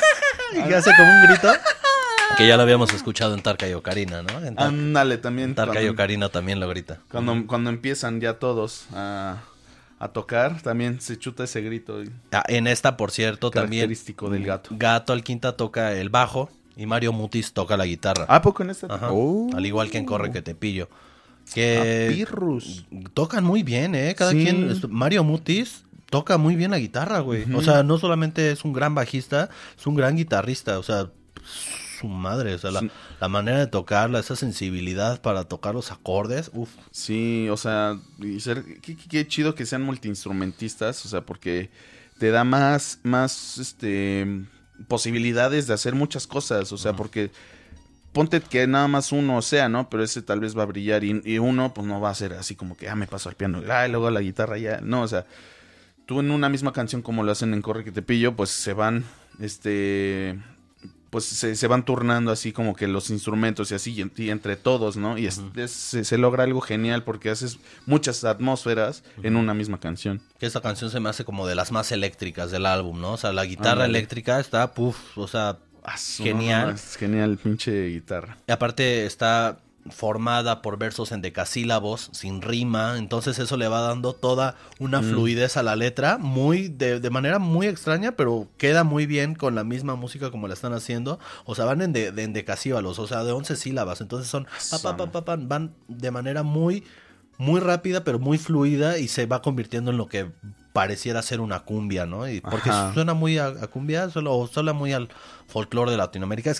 Y que hace como un grito. Que ya lo habíamos escuchado en Tarka y Ocarina, ¿no? En, Tar- Ándale, también. en Tarka y cuando, Ocarina también lo grita. cuando, cuando empiezan ya todos a, a tocar, también se chuta ese grito Ah, en esta, por cierto, también característico del gato. Gato al Quinta toca el bajo y Mario Mutis toca la guitarra. ¿A poco en esta? Ajá. Oh. Al igual que en Corre que te pillo. Ah, Que pirrus. tocan muy bien, ¿eh? Cada Sí. quien. est- Mario Mutis toca muy bien la guitarra, güey. Ujú. O sea, no solamente es un gran bajista, es un gran guitarrista. O sea, su madre. O sea, la, Sí. la manera de tocarla, esa sensibilidad para tocar los acordes. Uf. Sí, o sea, y ser, qué, qué- qué chido que sean multiinstrumentistas, o sea, porque te da más, más, este, posibilidades de hacer muchas cosas, o sea, porque ponte que nada más uno sea, ¿no? Pero ese tal vez va a brillar y, y uno, pues no va a ser así como que, ah, me paso al piano, ah, y luego a la guitarra ya, no, o sea, tú en una misma canción como lo hacen en Corre que te pillo, pues se van, este... pues se, se van turnando así como que los instrumentos y así y, en- y entre todos, ¿no? Y es- es- se, se logra algo genial porque haces muchas atmósferas en una misma canción. Que esta canción se me hace como de las más eléctricas del álbum, ¿no? O sea, la guitarra Ándale. eléctrica está, puf, o sea, Ah, su- Genial. no, es genial, pinche guitarra. y aparte está formada por versos en decasílabos, sin rima, entonces eso le va dando toda una Mm. fluidez a la letra, muy de, de manera muy extraña, pero queda muy bien con la misma música como la están haciendo, o sea, van en, de, de- en decasílabos, o sea, de once sílabas, entonces son, pa, pa, pa, pa, pa, van de manera muy, muy rápida, pero muy fluida y se va convirtiendo en lo que pareciera ser una cumbia, ¿no? Y porque Ajá. suena muy a, a cumbia, solo, o suena muy al folclore de Latinoamérica, es que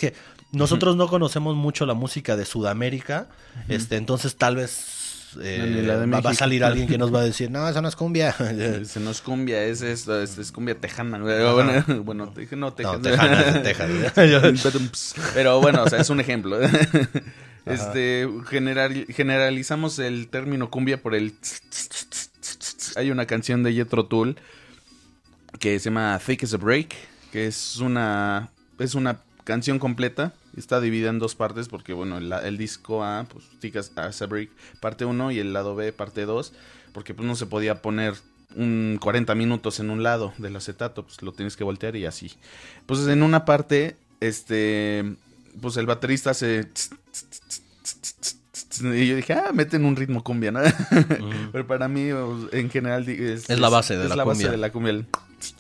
nosotros uh-huh. no conocemos mucho la música de Sudamérica, uh-huh. este, entonces tal vez eh, la de va, va a salir alguien que nos va a decir, no, eso no es cumbia. Eso no es cumbia, es, es, es, es cumbia tejana. Bueno, bueno te, no, tejana. No, tejana, es tejana. Pero bueno, o sea, es un ejemplo. Este, general, generalizamos el término cumbia por el... Hay una canción de Jethro Tull que se llama Thick as a Break, que es una es una canción completa, está dividida en dos partes porque bueno, el, el disco A, pues Thick as, as a Break parte uno y el lado B parte dos, porque pues no se podía poner un cuarenta minutos en un lado del acetato, pues lo tienes que voltear y así. Pues en una parte este pues el baterista hace y yo dije, ah, meten un ritmo cumbia, ¿no? Uh-huh. Pero para mí, en general, es, es la base de es la, la cumbia. base de la cumbia. El...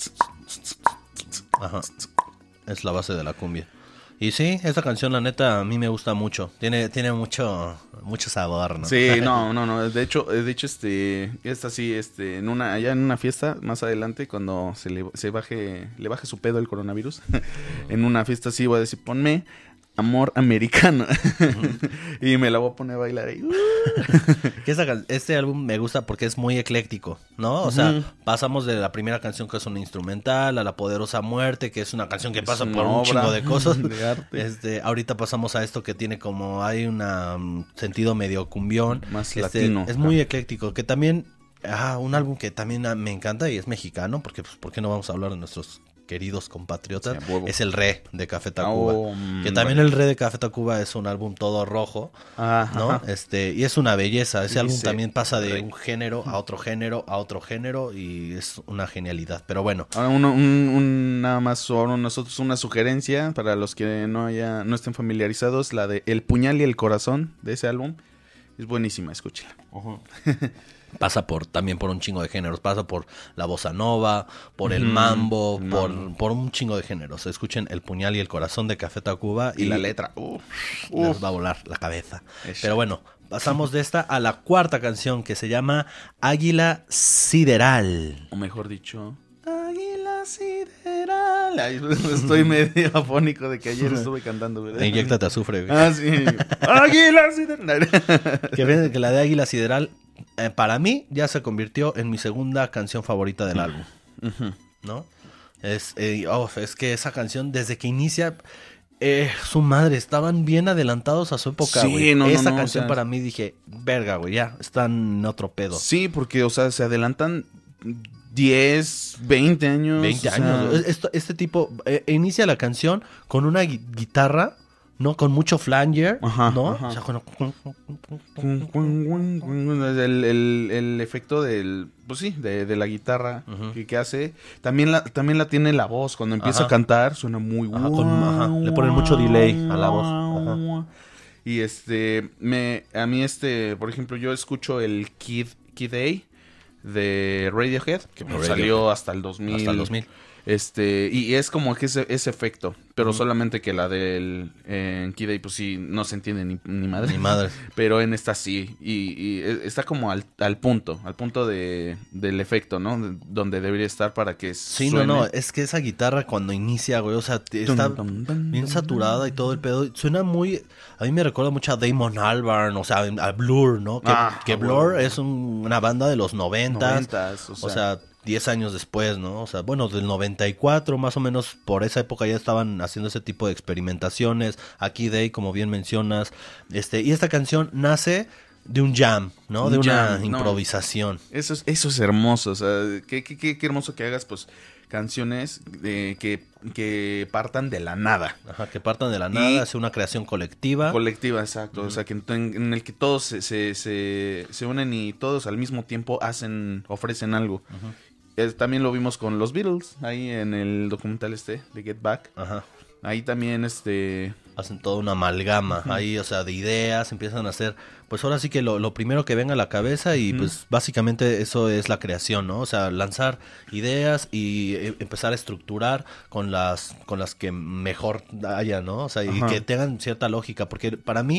Ajá. Es la base de la cumbia. Y sí, esta canción, la neta, a mí me gusta mucho. Tiene, tiene mucho, mucho sabor, ¿no? Sí, no, no, no. De hecho, de hecho, este, esta sí, este, en una, allá en una fiesta, más adelante, cuando se le, se baje, le baje su pedo el coronavirus, en una fiesta sí voy a decir, ponme Amor Americano. Uh-huh. Y me la voy a poner a bailar ahí. que esta, este álbum me gusta porque es muy ecléctico, ¿no? O sea, uh-huh. pasamos de la primera canción que es una instrumental a La Poderosa Muerte, que es una canción que es pasa una por un chingo de cosas. De arte. Este, ahorita pasamos a esto que tiene como, hay un um, sentido medio cumbión. Más este, latino. Es muy ecléctico, que también, ah, un álbum que también me encanta y es mexicano, porque pues, ¿por qué no vamos a hablar de nuestros queridos compatriotas? Sí, es el Re de Café Tacuba. Oh, que también el Re de Café Tacuba es un álbum todo rojo, ajá, ¿no? ajá. Este, y es una belleza. Ese sí, álbum sí. también pasa de un género a otro género, a otro género, y es una genialidad. Pero bueno. Ahora uno, un, un, nada más sobre nosotros una sugerencia para los que no haya, no estén familiarizados, la de El Puñal y el Corazón de ese álbum. Es buenísima, escúchela. Uh-huh. Pasa por también por un chingo de géneros, pasa por la bossa nova, por el mambo, mm, por, mambo. por un chingo de géneros. Escuchen El Puñal y el Corazón de Café Tacuba y, y la letra, uf, les uf. va a volar la cabeza. Eso. Pero bueno, pasamos de esta a la cuarta canción que se llama Águila Sideral. O mejor dicho, Águila Sideral. Ay, estoy medio afónico de que ayer estuve cantando, ¿verdad? Inyéctate azufre, güey. Ah, sí. Águila Sideral. Que ven que la de Águila Sideral, eh, para mí, ya se convirtió en mi segunda canción favorita del álbum. Uh-huh. ¿No? Es, eh, oh, es que esa canción, desde que inicia, eh, su madre, estaban bien adelantados a su época, güey. Sí, no, no, esa no, canción o sea, para mí, dije, verga, güey, ya, están en otro pedo. Sí, porque, o sea, se adelantan diez, veinte años. veinte o años. sea... Esto, este tipo eh, inicia la canción con una gui- guitarra, ¿no? Con mucho flanger, Ajá, ¿no? ajá. O sea, con... El, el, el efecto del, pues sí, de, de la guitarra uh-huh. que, que hace. También la, también la tiene la voz. Cuando empieza Ajá. a cantar, suena muy Ajá, con- ajá. Le ponen mucho delay a la voz. Ajá. Y este, me, a mí este, por ejemplo, yo escucho el Kid, Kid A de Radiohead, que pues, Radiohead. salió hasta el dos mil. Hasta el dos mil. Este, y es como que ese, ese efecto, pero Uh-huh. solamente que la del eh, Kid A, pues sí, no se entiende ni, ni madre. Ni madre. Pero en esta sí, y, y está como al, al punto, al punto de, del efecto, ¿no? De- donde debería estar para que Sí, suene. no, no, es que esa guitarra cuando inicia, güey, o sea, t- está Dun, dun, dun, bien dun, saturada y todo el pedo. Suena muy, a mí me recuerda mucho a Damon Albarn, o sea, a Blur, ¿no? Que, Ah, que ah, Blur bueno. es un- una banda de los noventas, noventas, o sea, o sea, diez años después, ¿no? O sea, bueno, del noventa y cuatro, más o menos, por esa época ya estaban haciendo ese tipo de experimentaciones. Aquí Day, como bien mencionas, este, y esta canción nace de un jam, ¿no? Un De una jam, no. improvisación. eso es, eso es hermoso, o sea, qué, qué, qué, qué hermoso que hagas, pues, canciones de, que, que partan de la nada. Ajá, que partan de la Y- nada, hace una creación colectiva. Colectiva, exacto. O sea, que en, en el que todos se, se, se, se unen y todos al mismo tiempo hacen, ofrecen algo. Ujú. Eh, también lo vimos con los Beatles, ahí en el documental este de Get Back. Ajá. Ahí también, este... Hacen toda una amalgama ahí, o sea, de ideas, empiezan a hacer, pues ahora sí que lo, lo primero que venga a la cabeza y Ujú. pues básicamente eso es la creación, ¿no? O sea, lanzar ideas y eh, empezar a estructurar con las con las que mejor haya, ¿no? O sea, y Ajá. que tengan cierta lógica, porque para mí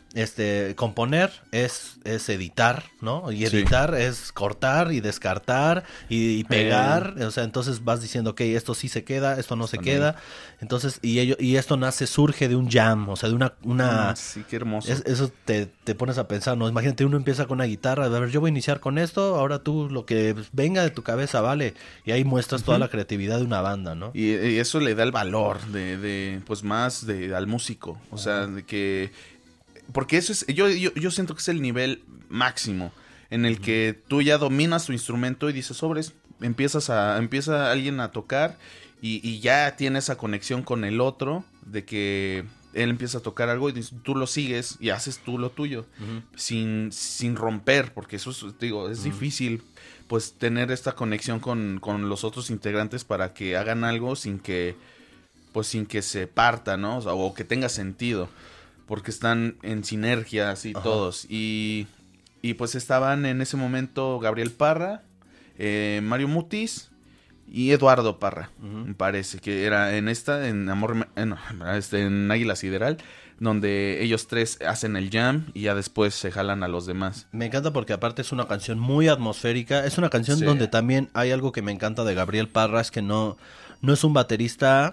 este, componer es, es editar, ¿no? Y Sí. editar es cortar y descartar y, y pegar. O sea, entonces vas diciendo, ok, esto sí se queda, esto no se También. queda. Entonces, y ello, y esto nace, surge de un jam, o sea, de una... una Ah, sí, qué hermoso. es- eso te, te pones a pensar, ¿no? Imagínate, uno empieza con una guitarra, a ver, yo voy a iniciar con esto, ahora tú lo que venga de tu cabeza, vale. Y ahí muestras toda la creatividad de una banda, ¿no? Y, y eso le da el valor de, de pues más de al músico, o sea, de que porque eso es yo, yo yo siento que es el nivel máximo en el que tú ya dominas tu instrumento y dices sobres, empiezas a empieza alguien a tocar y, y ya tiene esa conexión con el otro de que él empieza a tocar algo y dices, tú lo sigues y haces tú lo tuyo Ujú. sin sin romper, porque eso es, digo, es difícil pues tener esta conexión con, con los otros integrantes para que hagan algo sin que pues sin que se parta, ¿no? O sea, o que tenga sentido, porque están en sinergia así Ajá. todos. Y, y pues estaban en ese momento Gabriel Parra, eh, Mario Mutis y Eduardo Parra, Ujú. me parece, que era en esta, en Amor, eh, no, este, en Águila Sideral, donde ellos tres hacen el jam y ya después se jalan a los demás. Me encanta porque aparte es una canción muy atmosférica. Es una canción Sí. donde también hay algo que me encanta de Gabriel Parra, es que no, no es un baterista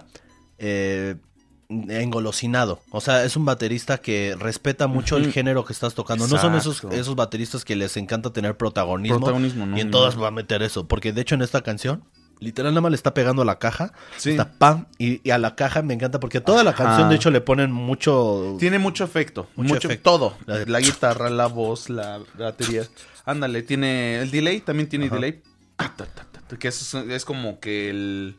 eh, engolosinado. O sea, es un baterista que respeta mucho el Ujú. género que estás tocando. No son esos, Exacto. esos bateristas que les encanta tener protagonismo. Protagonismo, ¿no? Y en todas va a meter eso. Porque de hecho en esta canción, literal nada más le está pegando a la caja. Sí. Está pam. Y, y a la caja me encanta porque toda la Ajá. canción de hecho le ponen mucho... Tiene mucho efecto, Mucho mucho, efecto. todo. La de- La guitarra, la voz, la batería. Ándale, tiene el delay, también tiene Ajá. delay. Ta, ta, ta, ta, Que es, es como que el,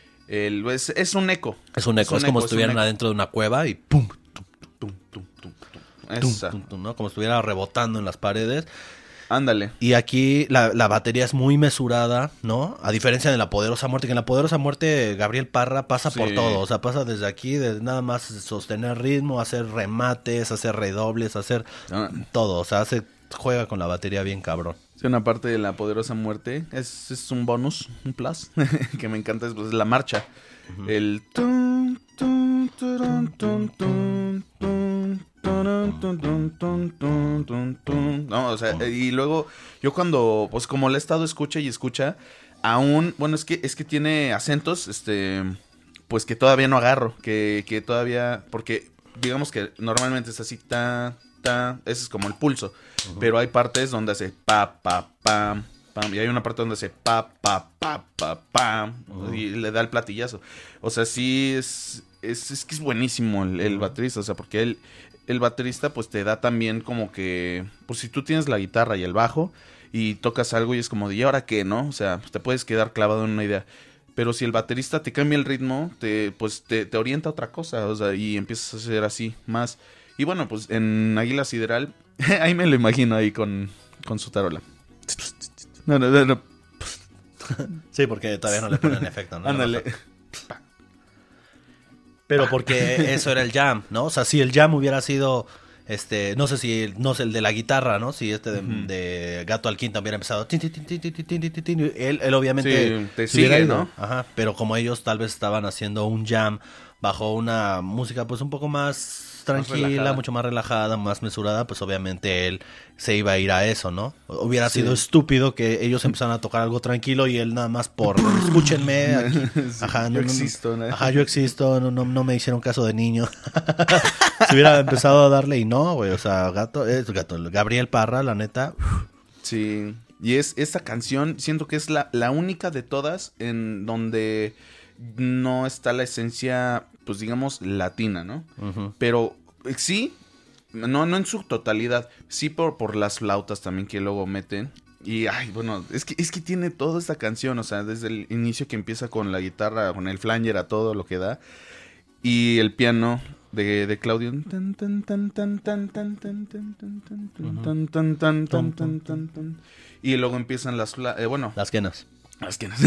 el es, es un eco. Es un eco. Es, como si un estuvieran eco. adentro de una cueva y pum. Tum, tum, tum, tum. Tum, Esa. tum, tum, ¿no? Como si estuviera rebotando en las paredes. Ándale. Y aquí la, la batería es muy mesurada, ¿no? A diferencia de La Poderosa Muerte, que en La Poderosa Muerte Gabriel Parra pasa Sí. por todo. O sea, pasa desde aquí, de nada más sostener ritmo, hacer remates, hacer redobles, hacer Ah. todo. O sea, hace, juega con la batería bien cabrón. Sí, una parte de la poderosa muerte es, es un bonus, un plus, que me encanta, es pues, la marcha. El... tun, tun, turun, tun, tun, tun, turun, tun, tun, tun, tun, tun, tun. No, o sea, y luego yo cuando, pues como le he estado escucha y escucha, aún, bueno, es que es que tiene acentos, este, pues que todavía no agarro, que, que todavía, porque digamos que normalmente es así, ta, ta, ese es como el pulso, pero hay partes donde hace pa, pa, pam, pam, y hay una parte donde hace pa, pa, pa, pa, pam, y le da el platillazo. O sea, sí es, es, es que es buenísimo el, el baterista, o sea, porque él, el baterista pues te da también como que, pues si tú tienes la guitarra y el bajo y tocas algo y es como de, ¿y ahora qué, no? O sea, te puedes quedar clavado en una idea. Pero si el baterista te cambia el ritmo, te, pues te, te orienta a otra cosa, o sea, y empiezas a hacer así más. Y bueno, pues en Águila Sideral, ahí me lo imagino ahí con, con su tarola. No, no, no, no. Sí, porque todavía no le ponen efecto, ¿no? Ándale. Pero porque eso era el jam, ¿no? O sea, si el jam hubiera sido, este, no sé si, no sé, el de la guitarra, ¿no? Si este de, Ujú. de Gato Alquinta hubiera empezado, tin, tin, tin, tin, tin, tin, tin, tin, tin, él, él obviamente Sí, te se hubiera sigue, ido. ¿no? Ajá, pero como ellos tal vez estaban haciendo un jam bajo una música pues un poco más tranquila, relajada. mucho más relajada, más mesurada, pues obviamente él se iba a ir a eso, ¿no? Hubiera Sí. sido estúpido que ellos empezaran a tocar algo tranquilo y él nada más por, escúchenme aquí. Sí, Ajá, yo no, no, no. existo, ¿no? Ajá, yo existo, no, no, no me hicieron caso de niño. Se hubiera empezado a darle y no, güey, o sea, gato, es gato, Gabriel Parra, la neta. Sí, y es esta canción, siento que es la, la única de todas en donde no está la esencia, pues digamos, latina, ¿no? Ujú. Pero eh, sí, no, no en su totalidad, sí por, por las flautas también que luego meten. Y, ay, bueno, es que, es que tiene toda esta canción, o sea, desde el inicio que empieza con la guitarra, con el flanger a todo lo que da. Y el piano de, de Claudio. Tan, tan, tan, tan, tan, tan, tan, tan, tan, tan, tan, tan, tan, tan, tan, tan, tan. Y luego empiezan las, fla- eh, bueno, Las quenas. las que no.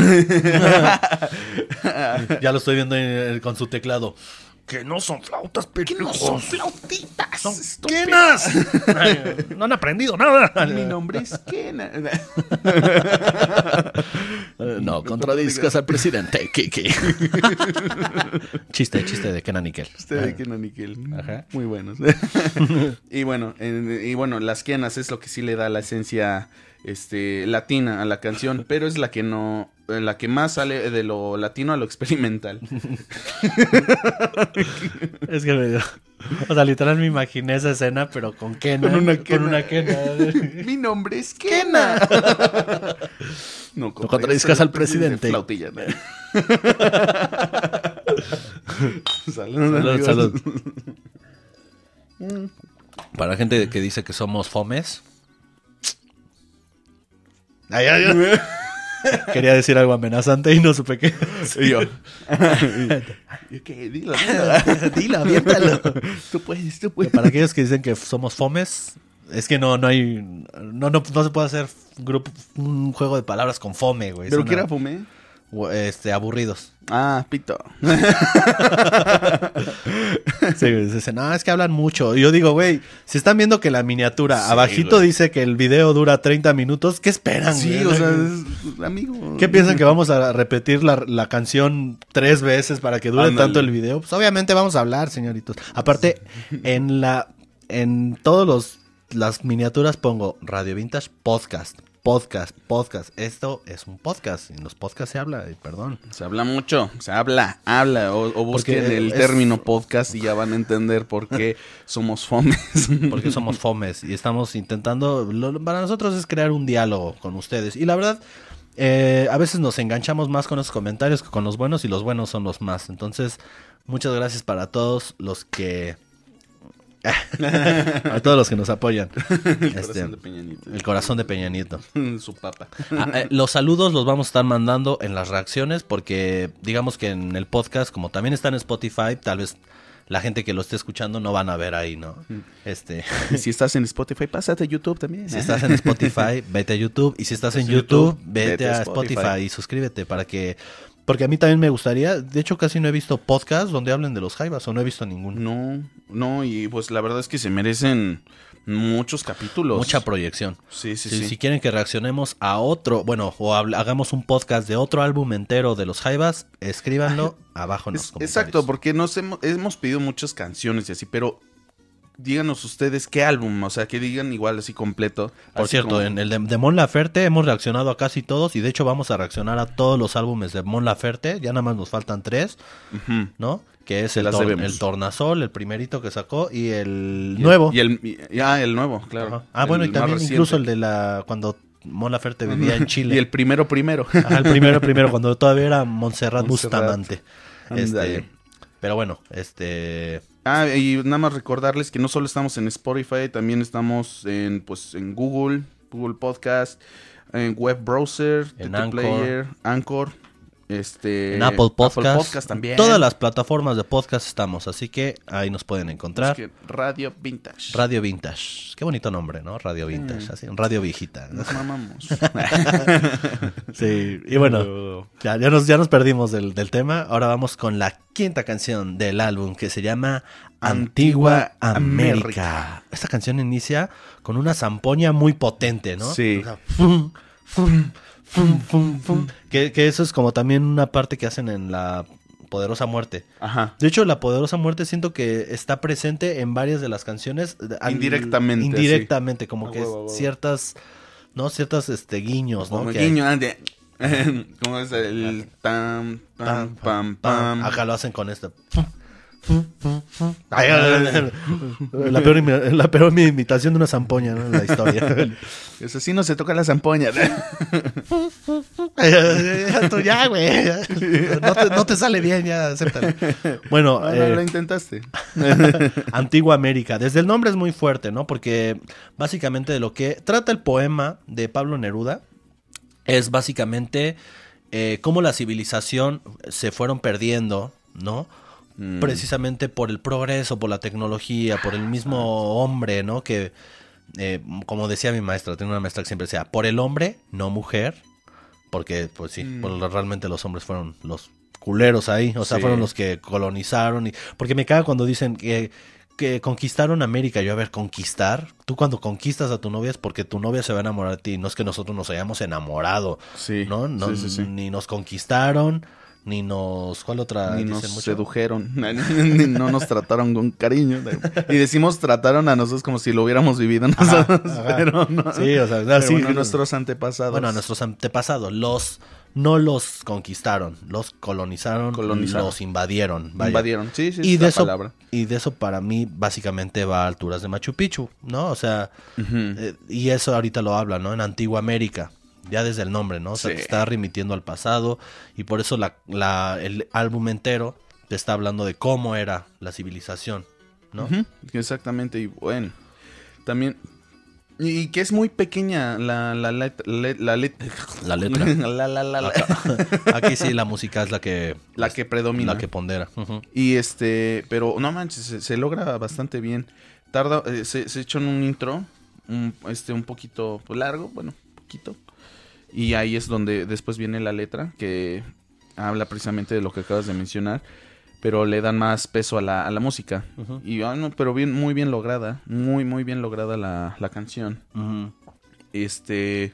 Ya lo estoy viendo en- con su teclado. Que no son flautas, Que no son pendejos. flautitas. Son estúpido. quenas. Ay, no han aprendido nada. Mi nombre es Kena. Eh, No, No contradizcas al presidente, Kiki. chiste, chiste de Kenan Nickel. Chiste de Kenan Nickel. Ajá. Muy buenos. y bueno, en, y bueno, las quenas es lo que sí le da la esencia este latina a la canción, pero es la que no, la que más sale de lo latino a lo experimental. Es que me dio... O sea, literal me imaginé esa escena, pero con Kenan. Con una quena. Con una quena. Mi nombre es Kena. No, No contradizcas al presidente. Flautilla. ¿No? Salud, salud. Para gente que dice que somos fomes. Ay, ay, ay. Quería decir algo amenazante y no supe qué. Y yo. ¿Qué? Dilo, dilo. Dilo, aviéntalo. Tú puedes, tú puedes. Para aquellos que dicen que somos fomes, es que no, no hay. No, no, no se puede hacer grupo, un juego de palabras con fome, güey. ¿Pero Suena- qué era fumé? Este, aburridos. Ah, pito. Sí, güey, dicen, no, es que hablan mucho. Y yo digo, güey, si están viendo que la miniatura Sí, abajito güey. dice que el video dura treinta minutos, ¿qué esperan, Sí, güey? o sea, es, amigo. ¿Qué piensan que vamos a repetir la, la canción tres veces para que dure Ándale. tanto el video? Pues obviamente vamos a hablar, señoritos. Aparte, en la en todos los las miniaturas pongo Radio Vintage Podcast, podcast, podcast. Esto es un podcast. En los podcasts se habla, y perdón. Se habla mucho, se habla, habla. O, o busquen Porque el es- término podcast y ya van a entender por qué somos fomes. Porque somos fomes y estamos intentando, lo- para nosotros es crear un diálogo con ustedes. Y la verdad, eh, a veces nos enganchamos más con los comentarios que con los buenos y los buenos son los más. Entonces, muchas gracias para todos los que... a todos los que nos apoyan. El Este, corazón de Peña Nieto. el corazón de Peña Nieto. Su papa. Ah, eh, los saludos los vamos a estar mandando en las reacciones porque digamos que en el podcast, como también está en Spotify, tal vez la gente que lo esté escuchando no van a ver ahí, ¿no? Este, Y si estás en Spotify, pásate a YouTube también. si estás en Spotify, vete a YouTube, y si estás en En YouTube, YouTube, vete, vete a a Spotify. Spotify. y suscríbete para que, porque a mí también me gustaría, de hecho casi no he visto podcasts donde hablen de los jaivas o no he visto ninguno. No, no, y pues la verdad es que se merecen muchos capítulos. Mucha proyección. Sí, sí, Si, sí. si quieren que reaccionemos a otro, bueno, o habl- hagamos un podcast de otro álbum entero de los Jaivas, escríbanlo abajo en los Es- comentarios. exacto, porque nos hemos, hemos pedido muchas canciones y así, pero díganos ustedes qué álbum, o sea, que digan igual así completo. Por así cierto, como- en el de, de Mon Laferte hemos reaccionado a casi todos y de hecho vamos a reaccionar a todos los álbumes de Mon Laferte, ya nada más nos faltan tres, Ujú. ¿no? Que es Se el, las tor- debemos. el Tornasol, el primerito que sacó y el Y el- nuevo. Y el, y- ya, el nuevo, claro. Ajá. Ah, bueno, y El más también reciente. incluso el de la cuando Mon Laferte vivía en Chile. Y el primero, primero. Ajá, el primero, primero, cuando todavía era Montserrat Montserrat. Bustamante. Ándale. Este, pero bueno, este... Ah, y nada más recordarles que no solo estamos en Spotify, también estamos en, pues, en Google, Google Podcast, en Web Browser, En T T Anchor. Player, Anchor, este, En Apple Podcast, Podcast también. todas las plataformas de podcast estamos, así que ahí nos pueden encontrar. Es que Radio Vintage. Radio Vintage, qué bonito nombre, ¿no? Radio Vintage, así, radio viejita. ¿no? Nos mamamos. Sí, y bueno, ya, ya, nos, ya nos perdimos del, del tema. Ahora vamos con la quinta canción del álbum que se llama Antigua Antigua América. América. Esta canción inicia con una zampoña muy potente, ¿no? Sí. O sea, fum, fum, fum, fum, fum. Que, que eso es como también una parte que hacen en la Poderosa Muerte. Ajá. De hecho, la Poderosa Muerte siento que está presente en varias de las canciones. al- Indirectamente, Indirectamente, como A que huevo, a huevo. ciertas, ¿no? Ciertas este, guiños, ¿no? Como Que hay. guiño, ande. ¿Cómo es el tam, pam, pam, pam? Acá lo hacen con esto. Ay, ay, ay, ay. La peor, imi- la peor mi imitación de una zampoña, ¿no? En la historia. Eso sí no se toca la zampoña. Ay, ay, ay, tú ya, güey. No te, no te sale bien, ya, acéptalo. Bueno, No, no, eh, lo intentaste. Antigua América. Desde el nombre es muy fuerte, ¿no? Porque básicamente de lo que trata el poema de Pablo Neruda es básicamente eh, cómo la civilización se fueron perdiendo, ¿no? Mm. Precisamente por el progreso, por la tecnología, por el mismo hombre, ¿no? Que, eh, como decía mi maestra, tengo una maestra que siempre decía, por el hombre, no mujer, porque, pues sí, Mm. por lo- realmente los hombres fueron los culeros ahí, o sea, Sí. fueron los que colonizaron, y porque me caga cuando dicen que que conquistaron América. Yo, a ver, conquistar. Tú cuando conquistas a tu novia es porque tu novia se va a enamorar de ti. No es que nosotros nos hayamos enamorado. Sí, ¿no? No, sí, sí, sí. Ni nos conquistaron, ni nos... ¿Cuál otra? Ni dicen nos mucho? sedujeron, ni no nos trataron con cariño. Y decimos trataron a nosotros como si lo hubiéramos vivido nosotros, Ajá, ajá. pero no. Sí, o sea, Pero sí, bueno, nuestros antepasados. Bueno, a nuestros antepasados. Los... No los conquistaron, los colonizaron, Colonizaron. los invadieron. Vaya. Invadieron, sí, sí, y es de la eso palabra. y de eso para mí básicamente va a alturas de Machu Picchu, ¿no? O sea, Ujú. eh, y eso ahorita lo habla, ¿no? En Antigua América, ya desde el nombre, ¿no? O sea, Sí. te está remitiendo al pasado y por eso la, la, el álbum entero te está hablando de cómo era la civilización, ¿no? Ujú, exactamente, y bueno, también... Y que es muy pequeña la la la, la, la, let- La letra. la, la, la, la, Acá- aquí sí la música es la que la que predomina. la que pondera. Ujú. Y este, pero no manches, se, se logra bastante bien. Tarda, eh, se, se echan un intro, un, este, un poquito pues, largo, bueno, un poquito. Y ahí es donde después viene la letra, que habla precisamente de lo que acabas de mencionar, pero le dan más peso a la, a la música. Ujú. Y ah, no, pero bien, muy bien lograda, muy, muy bien lograda la, la canción. Ujú. Este...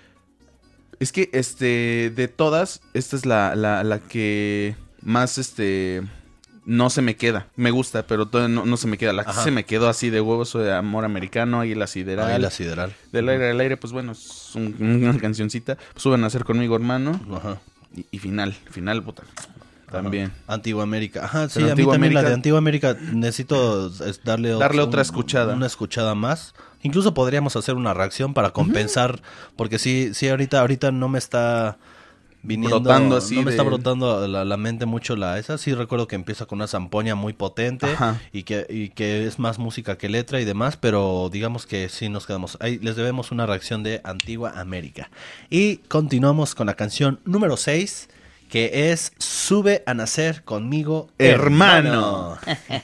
Es que, este, de todas, esta es la, la, la que más, este, no se me queda. Me gusta, pero todavía no, no se me queda. La que Ajá. se me quedó así de huevos, de Amor Americano, Águila Sideral. Ahí la sideral. Del aire al aire, pues bueno, es un- una cancioncita. Pues, suben a hacer conmigo, hermano. Ajá. Y, y final, final, puta. También. Ajá. Antigua América. Ajá, sí, Pero a mí Antigua también la América- de Antigua América necesito es, darle, otro- Darle otra un- escuchada. Una escuchada más. Incluso podríamos hacer una reacción para compensar, porque sí, sí, ahorita, ahorita no me está viniendo, Brotando así no me de- está brotando a la, la mente mucho la esa. Sí recuerdo que empieza con una zampoña muy potente Ajá. y que, y que es más música que letra y demás, pero digamos que sí nos quedamos. Ahí les debemos una reacción de Antigua América. Y continuamos con la canción número seis. Que es Sube a nacer conmigo, Hermano.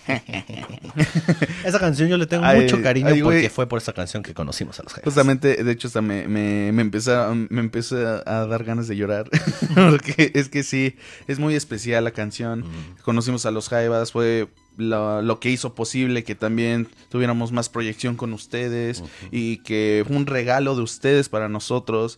Esa canción yo le tengo Ay, mucho cariño ay, güey. porque fue por esa canción que conocimos a los Jaivas. Justamente, de hecho, hasta me, me, me, empecé, a, me empecé a dar ganas de llorar. Porque es que sí, es muy especial la canción. Mm. Conocimos a los Jaivas, fue lo, lo que hizo posible que también tuviéramos más proyección con ustedes. Ujú. Y que fue un regalo de ustedes para nosotros.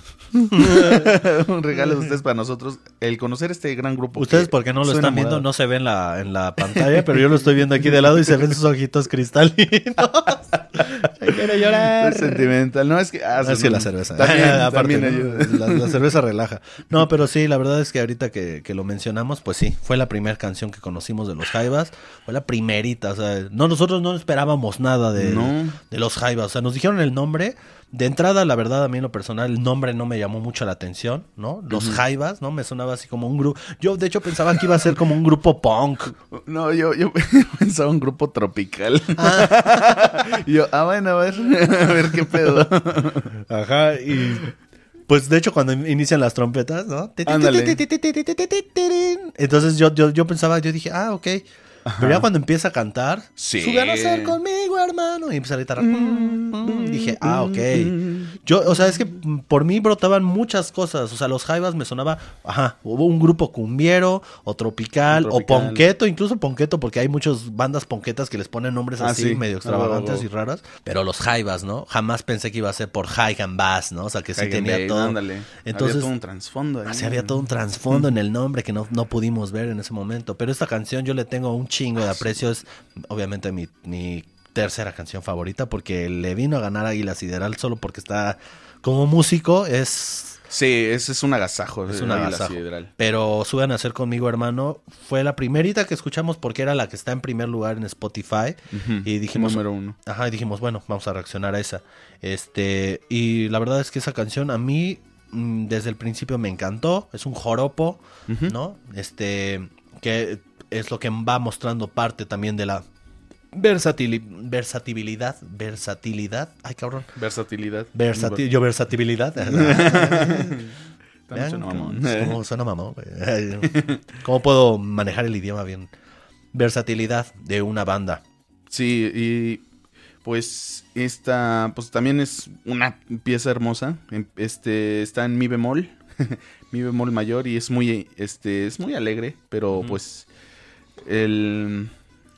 Un regalo de ustedes para nosotros. El conocer este gran grupo. Ustedes que porque no lo soy están enamorado. viendo, no se ve en la, en la pantalla, pero yo lo estoy viendo aquí de lado y se ven sus ojitos cristalinos. Ya quiero llorar. Es sentimental. No, es que... ah, Es sí, que no. la cerveza. También, Aparte, también ¿no? ayuda. La, la cerveza relaja. No, pero sí, la verdad es que ahorita que, que lo mencionamos, pues sí, fue la primera canción que conocimos de los Jaivas. Fue la primerita, o sea, no, nosotros no esperábamos nada de, No. de los Jaivas. O sea, nos dijeron el nombre. De entrada, la verdad, a mí en lo personal, el nombre no me llamó mucho la atención, ¿no? Los Ujú. Jaivas, ¿no? Me sonaba así como un grupo. Yo, de hecho, pensaba que iba a ser como un grupo punk. No, yo, yo pensaba un grupo tropical. Y yo, ah, bueno, a ver, a ver qué pedo. Ajá, y pues de hecho cuando inician las trompetas, ¿no? Ándale. Entonces yo, yo, yo pensaba, yo dije, ah, ok. Pero ya cuando empieza a cantar, Sí. sube a nacer conmigo, hermano. Y empieza la guitarra. Mm, mm, dije, ah, ok. Yo, o sea, es que mm, por mí brotaban muchas cosas. O sea, los Jaivas me sonaba, ajá, hubo un grupo cumbiero, o tropical, Un o tropical. ponqueto, incluso ponqueto, porque hay muchas bandas ponquetas que les ponen nombres Ah, así, sí. medio extravagantes Oh. y raras. Pero los Jaivas, ¿no? Jamás pensé que iba a ser por High and Bass, ¿no? O sea, que sí Hagen tenía Bale, todo. ándale. Entonces, había todo un trasfondo ahí. así había todo un trasfondo en el nombre que no, no pudimos ver en ese momento. Pero esta canción yo le tengo un chingo de aprecio. Es obviamente mi, mi tercera canción favorita porque le vino a ganar Águila Sideral solo porque está como músico. Es, Sí, ese es un agasajo. es de un Águila agasajo. Sideral. Pero Sube a nacer conmigo, hermano. Fue la primerita que escuchamos porque era la que está en primer lugar en Spotify. Ujú. Y dijimos, Número uno. Ajá, y dijimos, bueno, vamos a reaccionar a esa. Este, y la verdad es que esa canción a mí mm, desde el principio me encantó. Es un joropo, Ujú. ¿no? Este, que es lo que va mostrando parte también de la versatili- versatibilidad, versatilidad. Ay, cabrón. Versatilidad. Versati- yo versatilidad. También Vean suena cómo- mamón. cómo suena mamón, güey. ¿Cómo puedo manejar el idioma bien? Versatilidad de una banda. Sí, y pues esta pues también es una pieza hermosa. Em- Este está en mi bemol, mi bemol mayor y es muy este es muy alegre, pero Ujú. pues el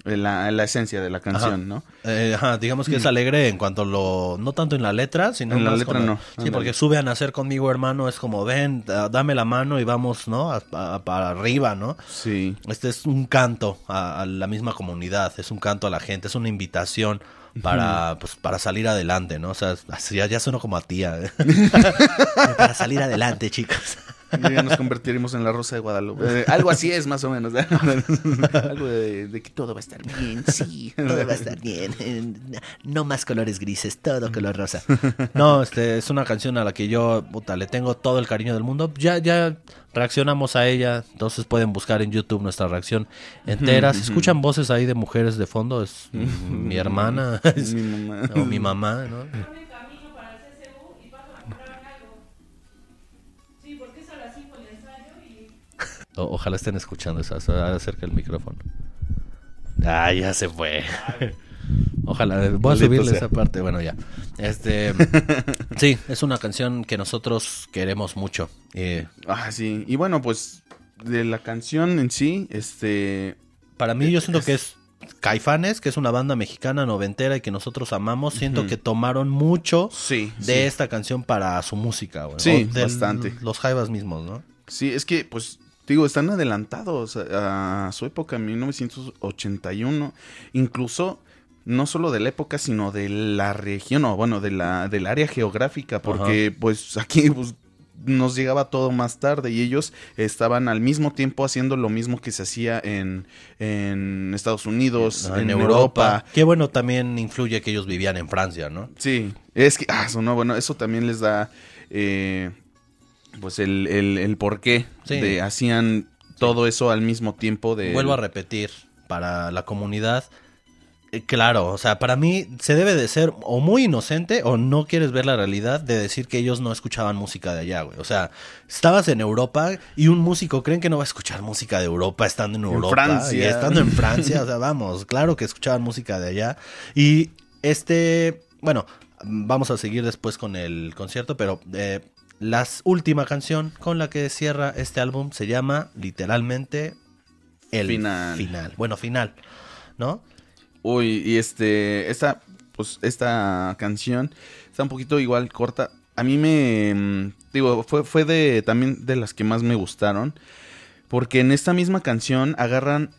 la, la esencia de la canción, Ajá. ¿no? Eh, ajá, digamos que es alegre en cuanto lo... No tanto en la letra, sino En la más letra con no. Sí, Ándale. porque sube a nacer conmigo, hermano, es como, ven, da- dame la mano y vamos, ¿no? A- a- para arriba, ¿no? Sí. Este es un canto a, a la misma comunidad, es un canto a la gente, es una invitación para, pues, para salir adelante, ¿no? O sea, así ya, ya sueno como a tía. ¿eh? Para salir adelante, chicos. Ya nos convertiremos en la Rosa de Guadalupe. Eh, algo así es, más o menos. ¿eh? Algo de, de que todo va a estar bien, sí. Todo va a estar bien. No más colores grises, todo color rosa. No, este es una canción a la que yo, puta, le tengo todo el cariño del mundo. Ya, ya reaccionamos a ella, entonces pueden buscar en YouTube nuestra reacción entera. Si escuchan voces ahí de mujeres de fondo, es mi hermana es- Mi mamá. o mi mamá, ¿no? en camino para el C C U y paso a comprar algo. Sí, porque es a las cinco el ensayo y... O- ojalá estén escuchando eso, acerca el micrófono. Ah, ya se fue. Ojalá, voy a Maldito subirle sea. esa parte, bueno ya. Este, sí, es una canción que nosotros queremos mucho. Eh, Ah, sí. Y bueno, pues de la canción en sí, este... para mí yo siento que es Caifanes, que es una banda mexicana noventera y que nosotros amamos. Siento Ujú. que tomaron mucho Sí, de sí. esta canción para su música, güey. Sí, O del- bastante. Los Jaivas mismos, ¿no? Sí, es que, pues, digo, están adelantados a, a su época, en mil novecientos ochenta y uno. Incluso, no solo de la época, sino de la región, o bueno, de la, del área geográfica, porque, pues, aquí, pues, nos llegaba todo más tarde y ellos estaban al mismo tiempo haciendo lo mismo que se hacía en, en Estados Unidos, No, en, Europa. Qué bueno también influye que ellos vivían en Francia, ¿no? Sí, es que, ah, eso no, bueno, eso también les da, eh, pues, el, el, el porqué Sí. de hacían todo eso al mismo tiempo de... Vuelvo a repetir, para la comunidad, eh, claro, o sea, para mí se debe de ser o muy inocente o no quieres ver la realidad de decir que ellos no escuchaban música de allá, güey. O sea, estabas en Europa y un músico, ¿creen que no va a escuchar música de Europa estando en Europa? Francia. Y estando en Francia, o sea, vamos, claro que escuchaban música de allá. Y este, bueno, vamos a seguir después con el concierto, pero... Eh, la última canción con la que cierra este álbum se llama literalmente El Final. Final. Bueno, final, ¿no? Uy, y este, esta, pues, esta canción está un poquito igual corta. A mí me, mm, digo, fue, fue de, también de las que más me gustaron. Porque en esta misma canción agarran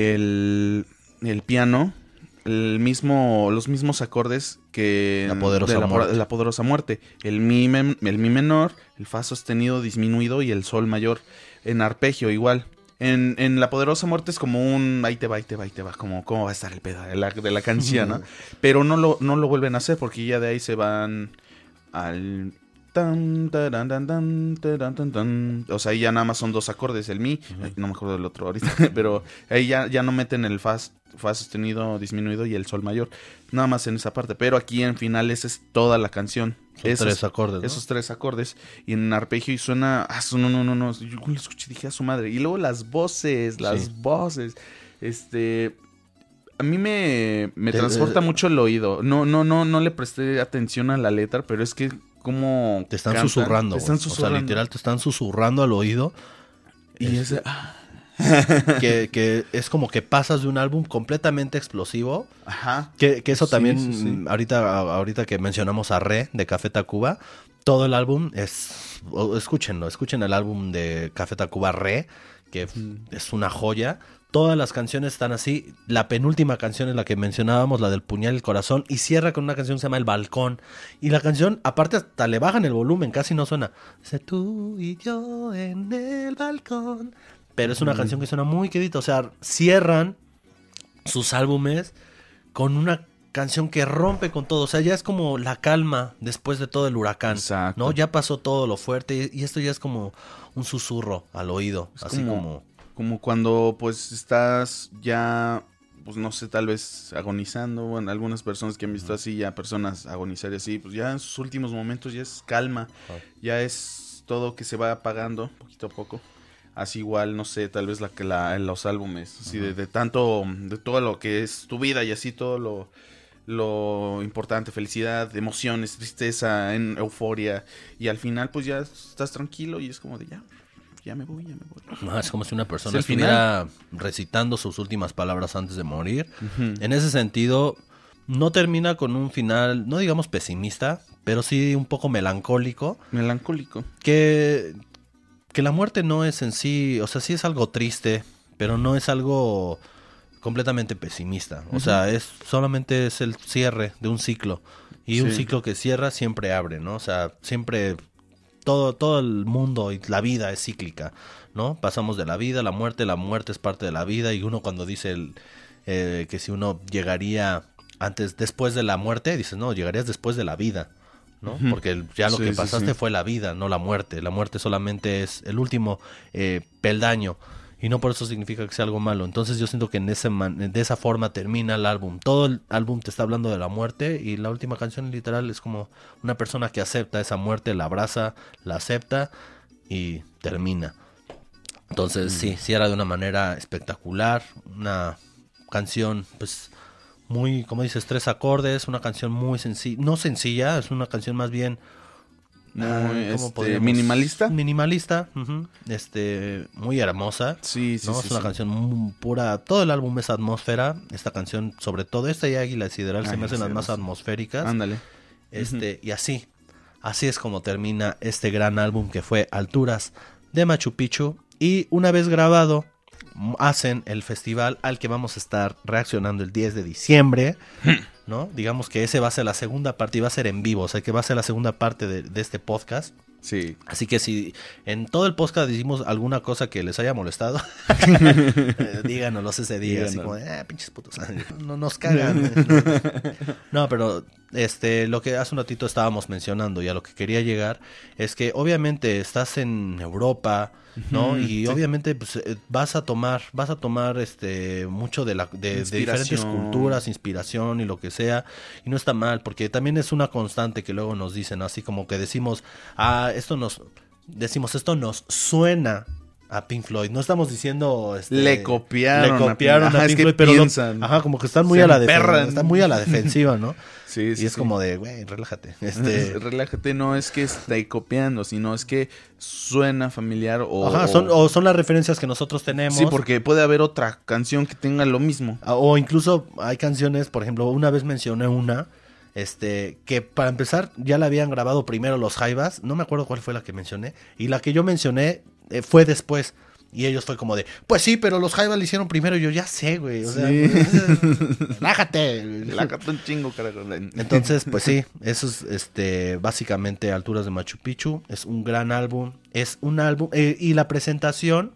el, el piano, el mismo, los mismos acordes que La Poderosa de la, Muerte. la poderosa muerte. El mi, mem- el mi menor, el fa sostenido disminuido y el sol mayor. En arpegio igual. En, en La Poderosa Muerte es como un ahí te va, ahí te va, ahí te va, como cómo va a estar el pedo de la, de la canción, ¿no? Pero no lo, no lo vuelven a hacer porque ya de ahí se van al tan, taran, tan, tan, taran, tan, tan. O sea, ahí ya nada más son dos acordes, el mi, ay, no me acuerdo del otro ahorita, pero ahí ya, ya no meten el fa, fa sostenido disminuido y el sol mayor, nada más en esa parte, pero aquí en finales es toda la canción. Son Esos- tres acordes, ¿no? Esos tres acordes y en arpegio y suena, ah, su- no, no, no, no, yo lo escuché y dije a su madre. Y luego las voces, las Sí. voces, este, a mí me, me Te- transporta eh, mucho el oído. No, no, no, no le presté atención a la letra, pero es que como Te están cantan, susurrando, te están güey. susurrando. O sea, literal te están susurrando al oído. Y Este, ese, ah, que, que es como que pasas de un álbum completamente explosivo. ajá, Que, que eso Sí, también, sí, sí. mm, ahorita, ahorita que mencionamos a Re de Café Tacuba, todo el álbum es, o- escúchenlo, escuchen el álbum de Café Tacuba Re, que es una joya. Todas las canciones están así. La penúltima canción es la que mencionábamos, la del puñal y el corazón, y cierra con una canción que se llama El Balcón. Y la canción, aparte hasta le bajan el volumen, casi no suena. Dice tú y yo en el balcón. Pero es una canción que suena muy quedita. O sea, cierran sus álbumes con una canción que rompe con todo. O sea, ya es como la calma después de todo el huracán. Exacto. ¿No? Ya pasó todo lo fuerte y esto ya es como un susurro al oído. Es así como- como... como cuando pues estás ya, pues no sé, tal vez agonizando. Bueno, algunas personas que han visto así, ya personas agonizar y así, pues ya en sus últimos momentos ya es calma, Ah. ya es todo que se va apagando poquito a poco. Así igual, no sé, tal vez la que la, en los álbumes, así de, de tanto, de todo lo que es tu vida y así todo lo, lo importante, felicidad, emociones, tristeza, en euforia, y al final pues ya estás tranquilo y es como de ya, ya me voy, ya me voy. No, es como si una persona Es el estuviera recitando sus últimas palabras antes de morir. Ujú. En ese sentido, no termina con un final, no digamos pesimista, pero sí un poco melancólico. Melancólico. Que, que la muerte no es en sí, o sea, sí es algo triste, pero no es algo completamente pesimista. O Ujú. sea, es solamente es el cierre de un ciclo. Y un Sí. ciclo que cierra siempre abre, ¿no? O sea, siempre todo, todo el mundo y la vida es cíclica, ¿no? Pasamos de la vida a la muerte, la muerte es parte de la vida, y uno cuando dice el, eh, que si uno llegaría antes, después de la muerte, dices, no, llegarías después de la vida, ¿no? Ujú. Porque el- ya lo Sí, que sí, pasaste sí. fue la vida, no la muerte. La muerte solamente es el último eh, peldaño. Y no por eso significa que sea algo malo. Entonces yo siento que en ese man- de esa forma termina el álbum. Todo el álbum te está hablando de la muerte, y la última canción literal es como una persona que acepta esa muerte, la abraza, la acepta y termina. Entonces sí, cierra de una manera espectacular. Una canción pues muy, como dices, tres acordes. Una canción muy sencilla, no sencilla, es una canción más bien... Muy, ah, ¿cómo este, podríamos? minimalista. Minimalista, ujú. este, muy hermosa. Sí, sí, ¿no? sí. Es una sí. canción muy pura. Todo el álbum es atmósfera. Esta canción, sobre todo esta y Águila Sideral, se me Águila hacen las más Sideral, sí. atmosféricas. Ándale. Este, y así, así es como termina este gran álbum que fue Alturas de Machu Picchu. Y una vez grabado, m- hacen el festival al que vamos a estar reaccionando el diez de diciembre. ¿No? Digamos que ese va a ser la segunda parte y va a ser en vivo, o sea que va a ser la segunda parte de, de este podcast. Sí. Así que si en todo el podcast decimos alguna cosa que les haya molestado, eh, díganos ese día, así Díganos. como de, ah, pinches putos, no nos cagan. No, pero este, lo que hace un ratito estábamos mencionando y a lo que quería llegar es que obviamente estás en Europa, ¿no? Ujú, Y sí. obviamente pues, eh, vas a tomar, vas a tomar este mucho de la de, de diferentes Inspiración. culturas, inspiración y lo que sea, y no está mal, porque también es una constante que luego nos dicen, así como que decimos, ah, esto nos decimos esto nos suena a Pink Floyd. No estamos diciendo este, Le copiaron le a copiaron Pink- a Ajá, Pink es que Floyd, pero lo- piensan. ajá, como que están muy Se a la defensiva, emperran. están muy a la defensiva, ¿no? Sí, sí, Y es sí. como de, güey, relájate. Este, Relájate, no es que esté copiando, sino es que suena familiar o... ajá, son, o son las referencias que nosotros tenemos. Sí, porque puede haber otra canción que tenga lo mismo. O incluso hay canciones, por ejemplo, una vez mencioné una, este, que para empezar ya la habían grabado primero los Jaivas, no me acuerdo cuál fue la que mencioné, y la que yo mencioné eh, fue después. Y ellos fue como de, pues sí, pero los Jaivas lo hicieron primero. Y yo, ya sé, güey. O sea, Sí. relájate. La cantó un chingo, carajo. Entonces, pues sí, eso es este, básicamente Alturas de Machu Picchu. Es un gran álbum. Es un álbum. eh, y la presentación,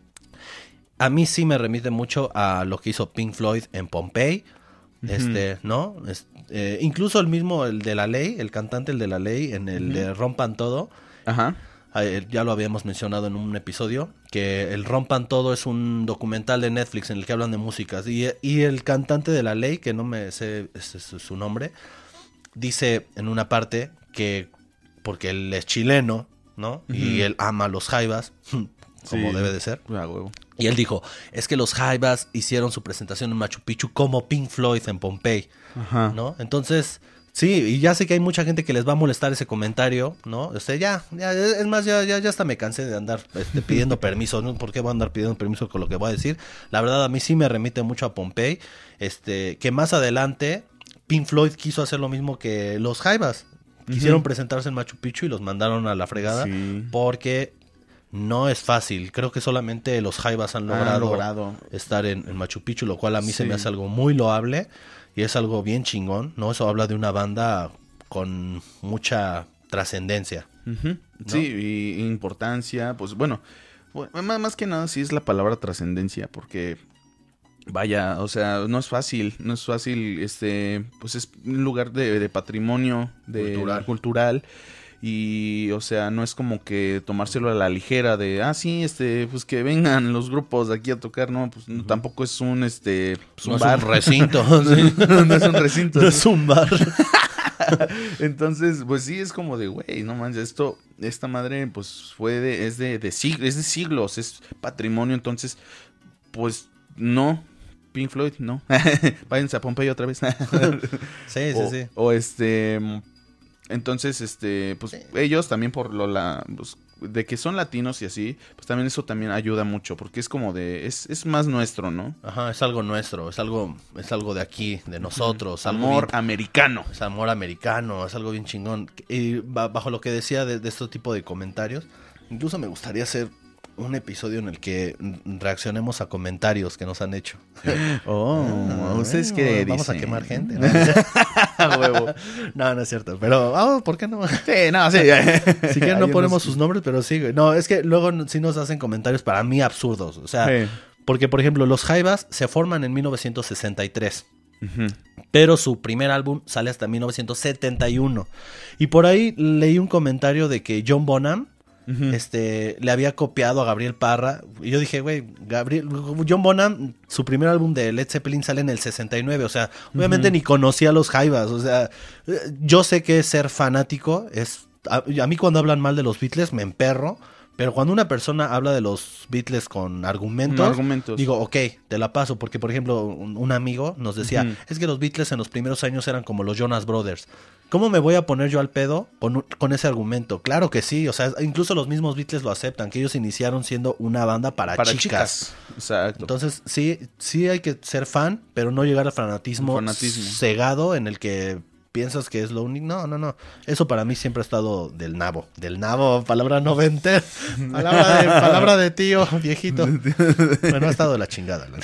a mí sí me remite mucho a lo que hizo Pink Floyd en Pompeii. Este, ¿no? Es- eh, incluso el mismo, el de La Ley, el cantante, el de La Ley, en el de Rompan Todo. Ajá. Eh, ya lo habíamos mencionado en un episodio, que el Rompan Todo es un documental de Netflix en el que hablan de músicas, y, y el cantante de La Ley, que no me sé ese es su nombre, dice en una parte que porque él es chileno, ¿no? Y Ujú. él ama a los Jaivas, como Sí. debe de ser. Ah, huevo. Y él dijo, es que los Jaivas hicieron su presentación en Machu Picchu como Pink Floyd en Pompeii, Ajá. ¿no? Entonces, sí, y ya sé que hay mucha gente que les va a molestar ese comentario, ¿no? O sea, ya, ya, es más, ya, ya, ya hasta me cansé de andar este, pidiendo permiso, ¿no? ¿Por qué voy a andar pidiendo permiso con lo que voy a decir? La verdad, a mí sí me remite mucho a Pompeii, este, que más adelante Pink Floyd quiso hacer lo mismo que los Jaivas. Quisieron Ujú. presentarse en Machu Picchu y los mandaron a la fregada Sí. porque no es fácil. Creo que solamente los Jaivas han Han logrado, logrado. estar en, en Machu Picchu, lo cual a mí se Sí. me hace algo muy loable y es algo bien chingón, ¿no? Eso habla de una banda con mucha trascendencia. Ujú. Sí, y importancia, pues bueno, bu- más, más que nada sí es la palabra trascendencia, porque vaya, o sea, no es fácil, no es fácil, este, pues es un lugar de, de patrimonio de, Cultural. cultural. Y, o sea, no es como que tomárselo a la ligera de, ah, sí, este, pues que vengan los grupos de aquí a tocar, no, pues no, tampoco es un, este, pues, un No bar. es un recinto. ¿sí? No es un recinto. No es un bar. Entonces, pues sí, es como de, güey, no manches, esto, esta madre, pues fue de, es de, de siglos, es de siglos, es patrimonio, entonces, pues, no, Pink Floyd, no. Váyanse a Pompeii otra vez. Sí, sí, o, sí. o este, entonces, este, pues, ellos también por lo, la, pues, de que son latinos y así, pues también eso también ayuda mucho, porque es como de, es, es más nuestro, ¿no? Ajá, es algo nuestro, es algo, es algo de aquí, de nosotros. algo Amor bien- americano. Es amor americano, es algo bien chingón. Y ba- bajo lo que decía de, de este tipo de comentarios, incluso me gustaría hacer un episodio en el que mm, reaccionemos a comentarios que nos han hecho. Oh, Ah, ¿ustedes bueno, qué Vamos a dicen? quemar gente. ¿no? A huevo. No, no es cierto. Pero, ah, ¿por qué no? Sí, no, sí. Si quieren no Hay ponemos unos- sus nombres, pero sí, güey. No, es que luego n- sí nos hacen comentarios para mí absurdos. O sea, Sí. porque, por ejemplo, los Jaivas se forman en mil novecientos sesenta y tres. Ujú. Pero su primer álbum sale hasta mil novecientos setenta y uno. Y por ahí leí un comentario de que John Bonham Ujú. este, le había copiado a Gabriel Parra. Y yo dije, güey, Gabriel, John Bonham, su primer álbum de Led Zeppelin sale en el sesenta y nueve. O sea, obviamente ni conocía a los Jaivas. O sea, eh, yo sé que ser fanático es... A, a mí cuando hablan mal de los Beatles me emperro. Pero cuando una persona habla de los Beatles con argumentos, Con argumentos. digo, ok, te la paso. Porque, por ejemplo, un, un amigo nos decía, Ujú. es que los Beatles en los primeros años eran como los Jonas Brothers. ¿Cómo me voy a poner yo al pedo con, un- con ese argumento? Claro que sí, o sea, incluso los mismos Beatles lo aceptan, que ellos iniciaron siendo una banda para, Para chicas. chicas. Exacto. Entonces, sí, sí hay que ser fan, pero no llegar al fanatismo, Fanatismo. cegado en el que piensas que es lo único. No, no, no. Eso para mí siempre ha estado del nabo. Del nabo, palabra noventa. Palabra de, palabra de tío, viejito. Bueno, ha estado de la chingada. la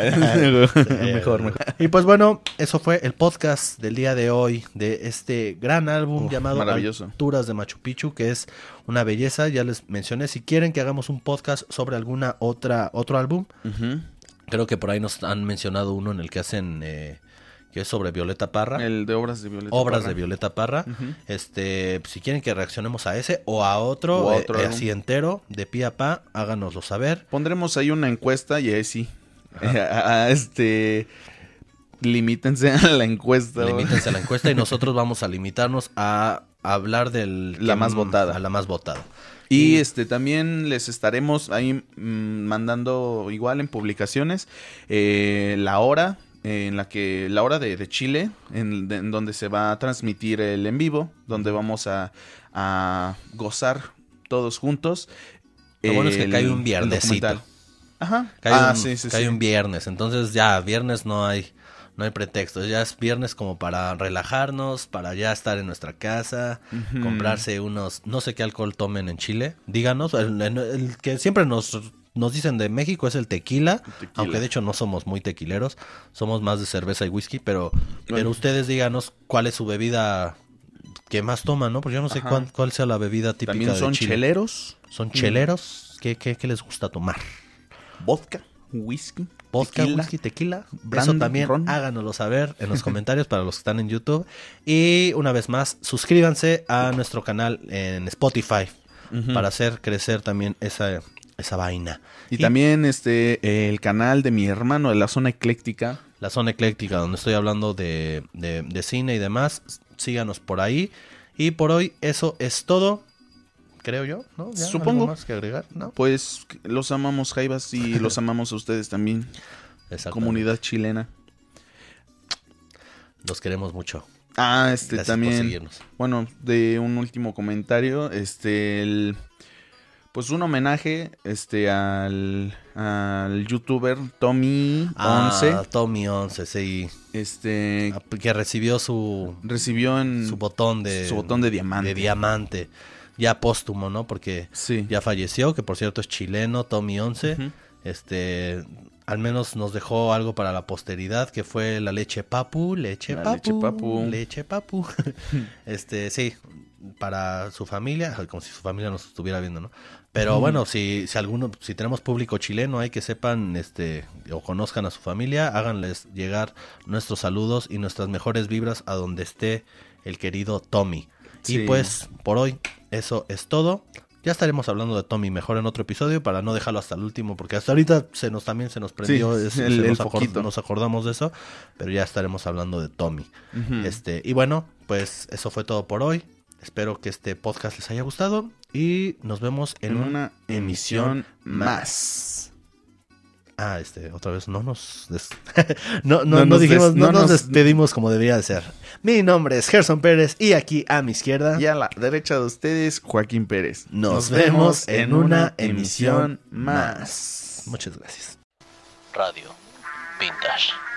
neta. mejor, mejor. Y pues bueno, eso fue el podcast del día de hoy de este gran álbum Uf, llamado maravilloso. Alturas de Machu Picchu, que es una belleza. Ya les mencioné, si quieren que hagamos un podcast sobre alguna otra otro álbum, Ujú. creo que por ahí nos han mencionado uno en el que hacen eh, que es sobre Violeta Parra. El de obras de Violeta Obras Parra. de Violeta Parra. Ujú. Este, si quieren que reaccionemos a ese o a otro, O a eh, otro eh, álbum. así entero, de pie a pa, háganoslo saber. Pondremos ahí una encuesta y ahí sí. A- a- este. Limítense a la encuesta. Limítense a la encuesta y nosotros vamos a limitarnos a hablar del La que- más votada. a la más votada. Y este también les estaremos ahí mm, mandando igual en publicaciones eh, la hora eh, en la que la hora de, de Chile en, de- en donde se va a transmitir el en vivo, donde vamos a, a gozar todos juntos. Lo bueno es que el- cae un el viernesito. documental. Ajá. Cae, ah, un, sí, sí, cae sí. un viernes, entonces ya viernes no hay no hay pretexto, ya es viernes como para relajarnos, para ya estar en nuestra casa, Ujú. comprarse unos, no sé qué alcohol tomen en Chile, díganos, el, el- el que siempre nos, nos dicen de México es el tequila, tequila. aunque de hecho no somos muy tequileros, somos más de cerveza y whisky, pero, pero Bueno. ustedes díganos cuál es su bebida que más toman, ¿no? Porque yo no sé Ajá. cuál, cuál sea la bebida típica También de son Chile. cheleros, ¿Son cheleros? ¿Qué, qué, qué les gusta tomar? vodka, whisky, Vodka, tequila. whisky, tequila. brandy, Eso también ron. háganoslo saber en los comentarios para los que están en YouTube. Y una vez más, suscríbanse a nuestro canal en Spotify Ujú. para hacer crecer también esa, esa vaina. Y, también este el canal de mi hermano de la zona ecléctica. La zona ecléctica, donde estoy hablando de, de, de cine y demás. Síganos por ahí. Y por hoy eso es todo. Creo yo, ¿no? ¿Ya? Supongo. ¿Algo más que agregar? ¿No? Pues los amamos, Jaivas, y los amamos a ustedes también. Exactamente. Comunidad chilena. Los queremos mucho. Ah, este Gracias por también. seguirnos. Bueno, de un último comentario, este el pues un homenaje este al, al youtuber Tommy once, Ah, Tommy once, sí. este Que recibió su, recibió en su botón de su botón de diamante. de diamante. Ya póstumo, ¿no? Porque Sí. ya falleció, que por cierto es chileno, Tommy once. Ujú. Este, al menos nos dejó algo para la posteridad, que fue la leche papu, leche La papu, leche papu. leche papu. Este, sí, para su familia, como si su familia nos estuviera viendo, ¿no? Pero bueno, si, si alguno, si tenemos público chileno, hay que sepan, este, o conozcan a su familia, háganles llegar nuestros saludos y nuestras mejores vibras a donde esté el querido Tommy. Sí. Y pues, por hoy, eso es todo. Ya estaremos hablando de Tommy mejor en otro episodio para no dejarlo hasta el último, porque hasta ahorita se nos también se nos prendió, Sí, es- el- se el nos, acor- foquito. nos acordamos de eso, pero ya estaremos hablando de Tommy. Ujú. Este, y bueno, pues eso fue todo por hoy. Espero que este podcast les haya gustado y nos vemos en, en una una emisión más. Ah, este, otra vez, no nos... des- no, no, No no, nos dijimos, des- no no nos nos- despedimos como debería de ser. Mi nombre es Gerson Pérez y aquí a mi izquierda Y a la derecha de ustedes, Joaquín Pérez. nos, vemos en una emisión más. Muchas gracias. Radio Vintage.